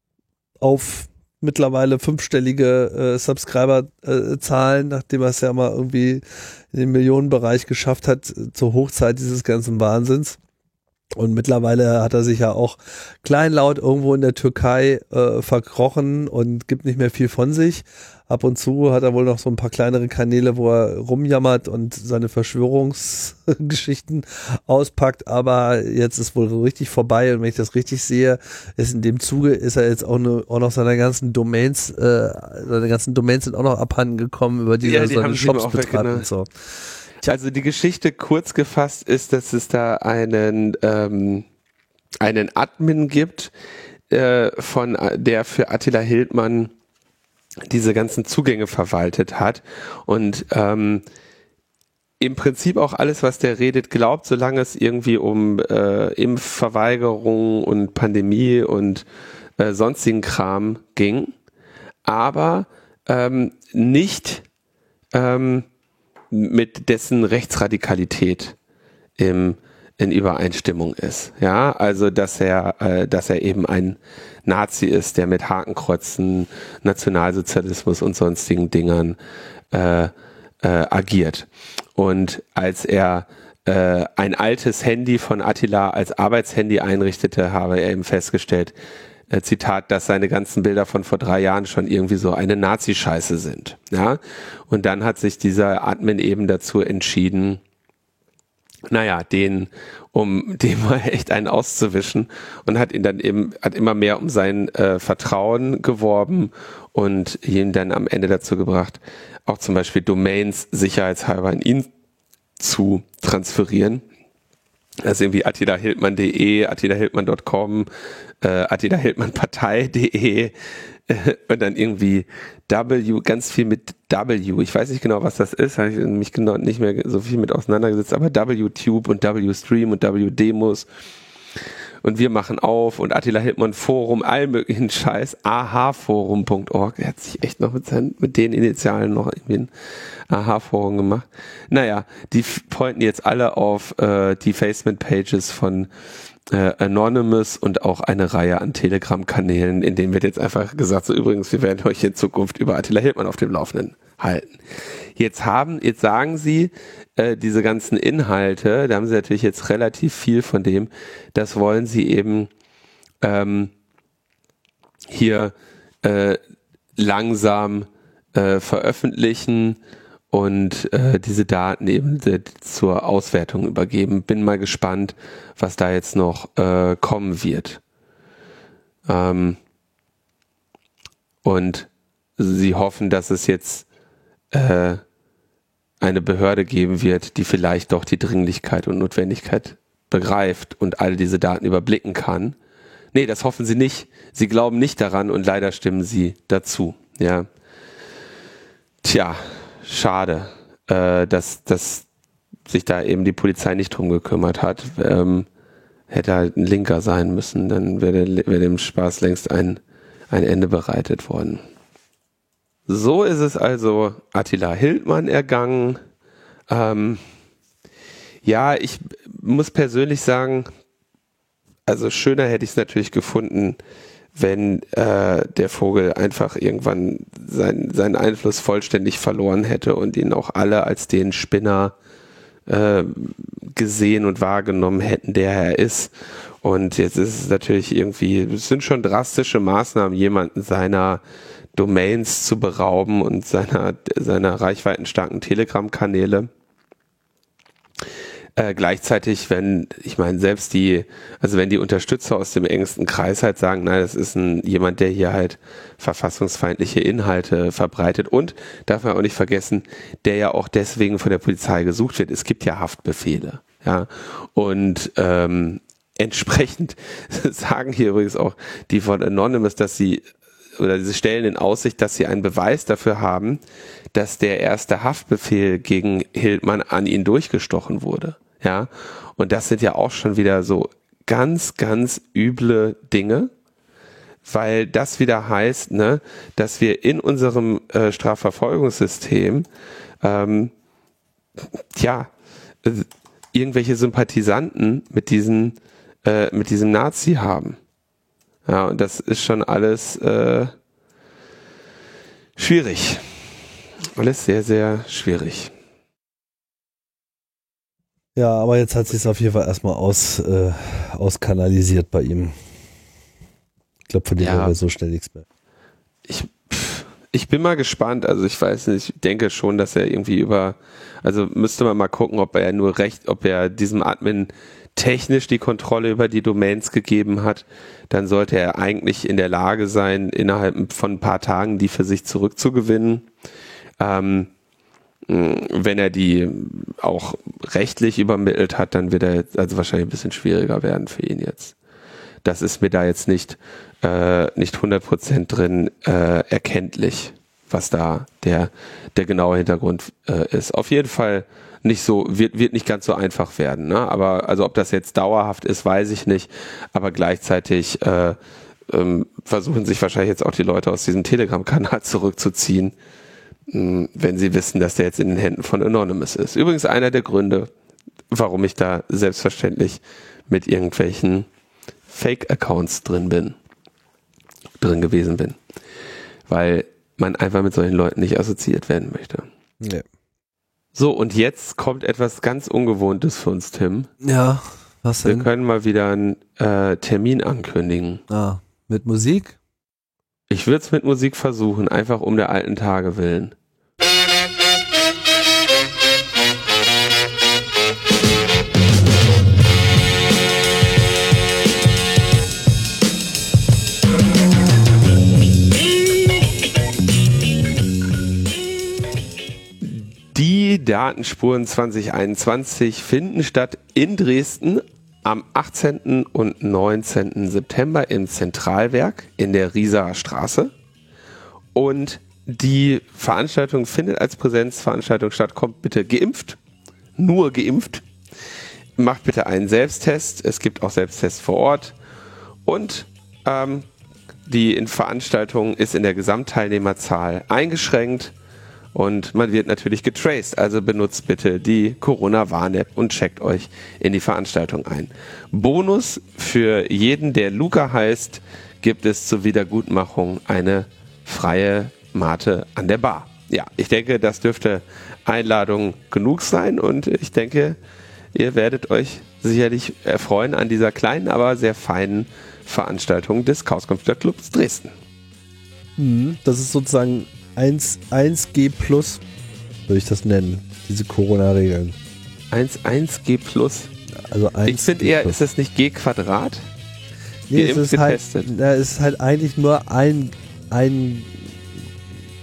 auf mittlerweile fünfstellige äh, Subscriber-Zahlen, äh, nachdem er es ja mal irgendwie in den Millionenbereich geschafft hat, äh, zur Hochzeit dieses ganzen Wahnsinns. Und mittlerweile hat er sich ja auch kleinlaut irgendwo in der Türkei äh, verkrochen und gibt nicht mehr viel von sich. Ab und zu hat er wohl noch so ein paar kleinere Kanäle, wo er rumjammert und seine Verschwörungsgeschichten auspackt. Aber jetzt ist wohl richtig vorbei. Und wenn ich das richtig sehe, ist in dem Zuge ist er jetzt auch, ne, auch noch seine ganzen Domains, äh, seine ganzen Domains sind auch noch abhanden gekommen, über die ja, er die seine Shops betreibt und so. Also die Geschichte kurz gefasst ist, dass es da einen ähm, einen Admin gibt, äh, von der für Attila Hildmann diese ganzen Zugänge verwaltet hat und ähm, im Prinzip auch alles, was der redet, glaubt, solange es irgendwie um äh, Impfverweigerung und Pandemie und äh, sonstigen Kram ging, aber ähm, nicht ähm, mit dessen Rechtsradikalität im, in Übereinstimmung ist. Ja, also dass er, äh, dass er eben ein Nazi ist, der mit Hakenkreuzen, Nationalsozialismus und sonstigen Dingern äh, äh, agiert. Und als er äh, ein altes Handy von Attila als Arbeitshandy einrichtete, habe er eben festgestellt, äh, Zitat, dass seine ganzen Bilder von vor drei Jahren schon irgendwie so eine Nazi-Scheiße sind. Ja, und dann hat sich dieser Admin eben dazu entschieden, naja, den, um dem mal echt einen auszuwischen und hat ihn dann eben, hat immer mehr um sein äh, Vertrauen geworben und ihn dann am Ende dazu gebracht, auch zum Beispiel Domains sicherheitshalber an ihn zu transferieren. Also irgendwie attila hildmann punkt de, attila hildmann punkt com, äh, attila hildmann partei punkt de äh, und dann irgendwie W, ganz viel mit W. Ich weiß nicht genau, was das ist, habe ich mich genau nicht mehr so viel mit auseinandergesetzt, aber W-Tube und W-Stream und W-Demos. Und wir machen auf und Attila Hildmann Forum, all möglichen Scheiß, ahaforum punkt org. Er hat sich echt noch mit, seinen, mit den Initialen noch irgendwie ein Aha-Forum gemacht. Naja, die pointen jetzt alle auf äh, die Defacement-Pages von äh, Anonymous und auch eine Reihe an Telegram-Kanälen, in denen wird jetzt einfach gesagt, so übrigens, wir werden euch in Zukunft über Attila Hildmann auf dem Laufenden halten. Jetzt haben, jetzt sagen sie, äh, diese ganzen Inhalte, da haben sie natürlich jetzt relativ viel von dem, das wollen sie eben ähm, hier äh, langsam äh, veröffentlichen und äh, diese Daten eben zur Auswertung übergeben. Bin mal gespannt, was da jetzt noch äh, kommen wird. Ähm, Und sie hoffen, dass es jetzt äh, eine Behörde geben wird, die vielleicht doch die Dringlichkeit und Notwendigkeit begreift und all diese Daten überblicken kann. Nee, das hoffen sie nicht. Sie glauben nicht daran und leider stimmen sie dazu. Ja. Tja, schade, äh, dass, dass sich da eben die Polizei nicht drum gekümmert hat. Ähm, hätte halt ein Linker sein müssen, dann wäre wär dem Spaß längst ein, ein Ende bereitet worden. So ist es also Attila Hildmann ergangen. Ähm, ja, ich muss persönlich sagen, also schöner hätte ich es natürlich gefunden, wenn äh, der Vogel einfach irgendwann sein, seinen Einfluss vollständig verloren hätte und ihn auch alle als den Spinner äh, gesehen und wahrgenommen hätten, der er ist. Und jetzt ist es natürlich irgendwie, es sind schon drastische Maßnahmen, jemanden seiner Domains zu berauben und seiner, seiner reichweitenstarken Telegram-Kanäle. Äh, gleichzeitig, wenn, ich meine, selbst die, also wenn die Unterstützer aus dem engsten Kreis halt sagen, nein, das ist ein, jemand, der hier halt verfassungsfeindliche Inhalte verbreitet und, darf man auch nicht vergessen, der ja auch deswegen von der Polizei gesucht wird. Es gibt ja Haftbefehle, ja, und ähm, entsprechend sagen hier übrigens auch die von Anonymous, dass sie, oder sie stellen in Aussicht, dass sie einen Beweis dafür haben, dass der erste Haftbefehl gegen Hildmann an ihn durchgestochen wurde. Ja, und das sind ja auch schon wieder so ganz, ganz üble Dinge, weil das wieder heißt, ne, dass wir in unserem äh, Strafverfolgungssystem ähm, ja äh, irgendwelche Sympathisanten mit diesen äh, mit diesem Nazi haben. Ja, und das ist schon alles äh, schwierig. Alles sehr, sehr schwierig. Ja, aber jetzt hat sich es auf jeden Fall erstmal aus, äh, auskanalisiert bei ihm. Ich glaube, von dem Ja. wäre so schnell nichts mehr. Ich, pff, ich bin mal gespannt. Also ich weiß nicht, ich denke schon, dass er irgendwie über, also müsste man mal gucken, ob er nur recht, ob er diesem Admin technisch die Kontrolle über die Domains gegeben hat. Dann sollte er eigentlich in der Lage sein, innerhalb von ein paar Tagen die für sich zurückzugewinnen. Ähm, wenn er die auch rechtlich übermittelt hat, dann wird er also wahrscheinlich ein bisschen schwieriger werden für ihn jetzt. Das ist mir da jetzt nicht äh, nicht hundert Prozent drin äh, erkenntlich, was da der der genaue Hintergrund äh, ist. Auf jeden Fall nicht so, wird wird nicht ganz so einfach werden, ne? Aber also ob das jetzt dauerhaft ist, weiß ich nicht. Aber gleichzeitig äh, ähm, versuchen sich wahrscheinlich jetzt auch die Leute aus diesem Telegram-Kanal zurückzuziehen, wenn sie wissen, dass der jetzt in den Händen von Anonymous ist. Übrigens einer der Gründe, warum ich da selbstverständlich mit irgendwelchen Fake-Accounts drin bin, drin gewesen bin. Weil man einfach mit solchen Leuten nicht assoziiert werden möchte. Ja. So, und jetzt kommt etwas ganz Ungewohntes für uns, Tim. Ja, was Wir denn? können mal wieder einen äh, Termin ankündigen. Ah, mit Musik? Ich würde es mit Musik versuchen, einfach um der alten Tage willen. Die Datenspuren zwanzig einundzwanzig finden statt in Dresden am achtzehnten und neunzehnten September im Zentralwerk in der Rieser Straße. Und die Veranstaltung findet als Präsenzveranstaltung statt. Kommt bitte geimpft, nur geimpft. Macht bitte einen Selbsttest. Es gibt auch Selbsttests vor Ort. Und ähm, die Veranstaltung ist in der Gesamtteilnehmerzahl eingeschränkt. Und man wird natürlich getraced, also benutzt bitte die Corona-Warn-App und checkt euch in die Veranstaltung ein. Bonus für jeden, der Luca heißt, gibt es zur Wiedergutmachung eine freie Mate an der Bar. Ja, ich denke, das dürfte Einladung genug sein und ich denke, ihr werdet euch sicherlich erfreuen an dieser kleinen, aber sehr feinen Veranstaltung des Chaos Computer Clubs Dresden. Mhm, das ist sozusagen eins G plus, würde ich das nennen, diese Corona-Regeln. eins G plus. Also eins Ich finde eher, ist das nicht G Quadrat? Nee, es Geimpft, ist, halt, getestet. na, es ist halt eigentlich nur ein, ein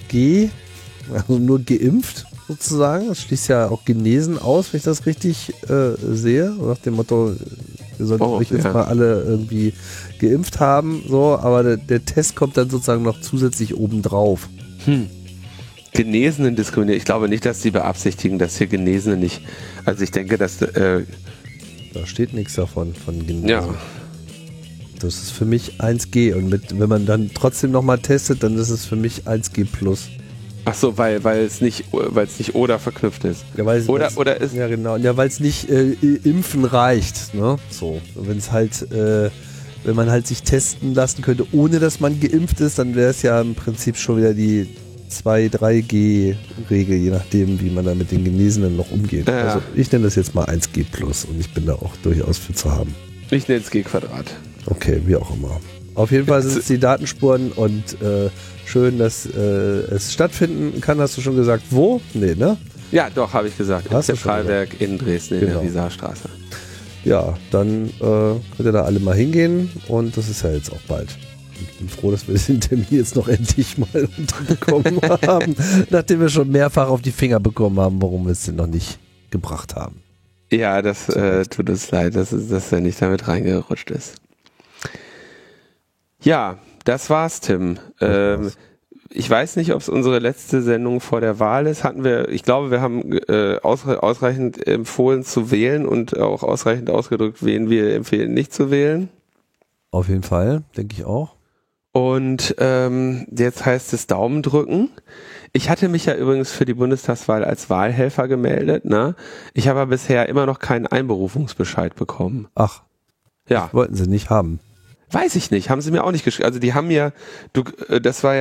G, also nur geimpft sozusagen. Das schließt ja auch genesen aus, wenn ich das richtig äh, sehe. Nach dem Motto, wir sollten Oh, euch jetzt ja. mal alle irgendwie geimpft haben. So, aber der, der Test kommt dann sozusagen noch zusätzlich obendrauf. Hm. Genesenen diskriminieren. Ich glaube nicht, dass sie beabsichtigen, dass hier Genesene nicht. Also ich denke, dass äh, Da steht nichts davon, von genesen. ja. Das ist für mich eins G. Und mit, wenn man dann trotzdem nochmal testet, dann ist es für mich eins G plus. Ach so, weil weil es nicht weil es nicht oder verknüpft ist. Ja, weil es, Oder weil's- oder ist Ja, genau. Ja, weil es nicht äh, impfen reicht. Ne? So. Wenn es halt, äh, wenn man halt sich testen lassen könnte, ohne dass man geimpft ist, dann wäre es ja im Prinzip schon wieder die zwei drei G Regel, je nachdem, wie man da mit den Genesenen noch umgeht. Ja. Also ich nenne das jetzt mal eins G plus und ich bin da auch durchaus für zu haben. ich nenne es G Quadrat. Okay, wie auch immer. Auf jeden Fall sind es die Datenspuren und äh, schön, dass äh, es stattfinden kann. Hast du schon gesagt, wo? Nee, ne? Ja, doch, habe ich gesagt. Im Hast du schon Zentralwerk in Dresden in Genau. der Visarstraße. Ja, dann äh, könnt ihr da alle mal hingehen und das ist ja jetzt auch bald. Ich bin froh, dass wir den Termin jetzt noch endlich mal unterbekommen haben, nachdem wir schon mehrfach auf die Finger bekommen haben, warum wir es denn noch nicht gebracht haben. Ja, das äh, tut uns leid, dass, es- dass er nicht damit reingerutscht ist. Ja, das war's, Tim. Ähm, war's. ich weiß nicht, ob es unsere letzte Sendung vor der Wahl ist. Hatten wir, ich glaube, wir haben äh, ausre ausreichend empfohlen zu wählen und auch ausreichend ausgedrückt, wen wir empfehlen, nicht zu wählen. Auf jeden Fall, denke ich auch. Und ähm, jetzt heißt es Daumen drücken. Ich hatte mich ja übrigens für die Bundestagswahl als Wahlhelfer gemeldet. Ne? Ich habe aber bisher immer noch keinen Einberufungsbescheid bekommen. Ach, Ja, wollten sie nicht haben. weiß ich nicht. Haben sie mir auch nicht geschrieben. Also die haben mir, du, äh, das war ja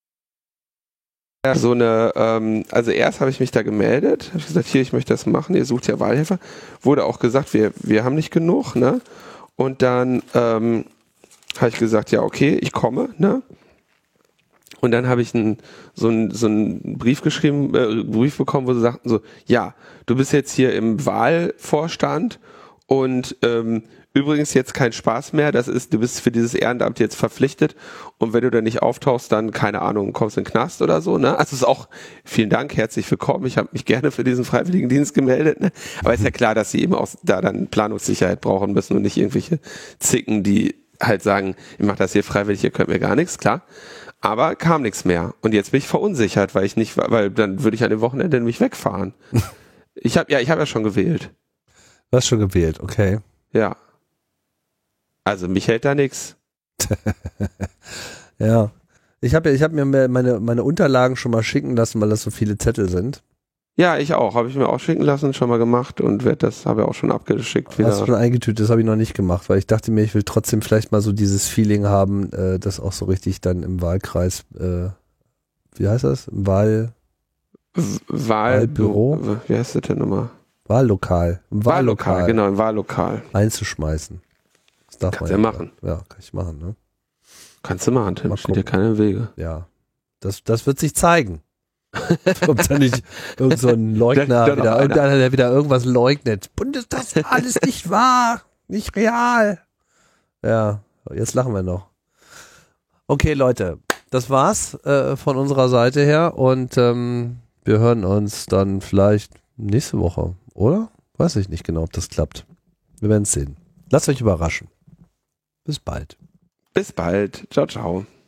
so eine, ähm, also erst habe ich mich da gemeldet, habe gesagt, hier, ich möchte das machen, ihr sucht ja Wahlhelfer. Wurde auch gesagt, wir, wir haben nicht genug, ne? Und dann ähm, habe ich gesagt, ja, okay, ich komme, ne? Und dann habe ich einen, so einen so einen Brief geschrieben, äh, Brief bekommen, wo sie sagten so, ja, du bist jetzt hier im Wahlvorstand und ähm, übrigens jetzt kein Spaß mehr, das ist, du bist für dieses Ehrenamt jetzt verpflichtet und wenn du da nicht auftauchst, dann, keine Ahnung, kommst in den Knast oder so, ne? Also ist auch, vielen Dank, herzlich willkommen, ich habe mich gerne für diesen Freiwilligendienst gemeldet, ne? Aber ist ja klar, dass sie eben auch da dann Planungssicherheit brauchen müssen und nicht irgendwelche Zicken, die halt sagen, ich mache das hier freiwillig, ihr könnt mir gar nichts, klar. Aber kam nichts mehr. Und jetzt bin ich verunsichert, weil ich nicht, weil dann würde ich an dem Wochenende nämlich wegfahren. Ich habe ja, ich habe ja schon gewählt. Du hast schon gewählt, okay. Ja. Also mich hält da nichts. Ja. Ich habe ja, ich habe mir meine, meine Unterlagen schon mal schicken lassen, weil das so viele Zettel sind. Ja, ich auch. Habe ich mir auch schicken lassen, schon mal gemacht und werd das habe ich auch schon abgeschickt wieder. Hast du schon eingetütet, das habe ich noch nicht gemacht, weil ich dachte mir, ich will trotzdem vielleicht mal so dieses Feeling haben, äh, das auch so richtig dann im Wahlkreis, äh, wie heißt das? Im Wahl, W- Wahlbüro. Wahlbüro? Wie heißt das denn nochmal? Wahllokal. Im Wahllokal, Wahllokal genau, im Wahllokal. einzuschmeißen. Das darf Kannst man ja machen. Ja, kann ich machen, ne? Kannst du machen, Tim. Mal Steht dir keiner im Wege. Ja. Das, das wird sich zeigen. Kommt da nicht irgend so ein Leugner Da- da noch wieder, einer. irgendeiner, der wieder irgendwas leugnet. Bundes, das ist alles nicht wahr, nicht real. Ja, jetzt lachen wir noch. Okay, Leute, das war's äh, von unserer Seite her und ähm, wir hören uns dann vielleicht nächste Woche, oder? Weiß ich nicht genau, ob das klappt. Wir werden es sehen. Lasst euch überraschen. Bis bald. Bis bald. Ciao, ciao.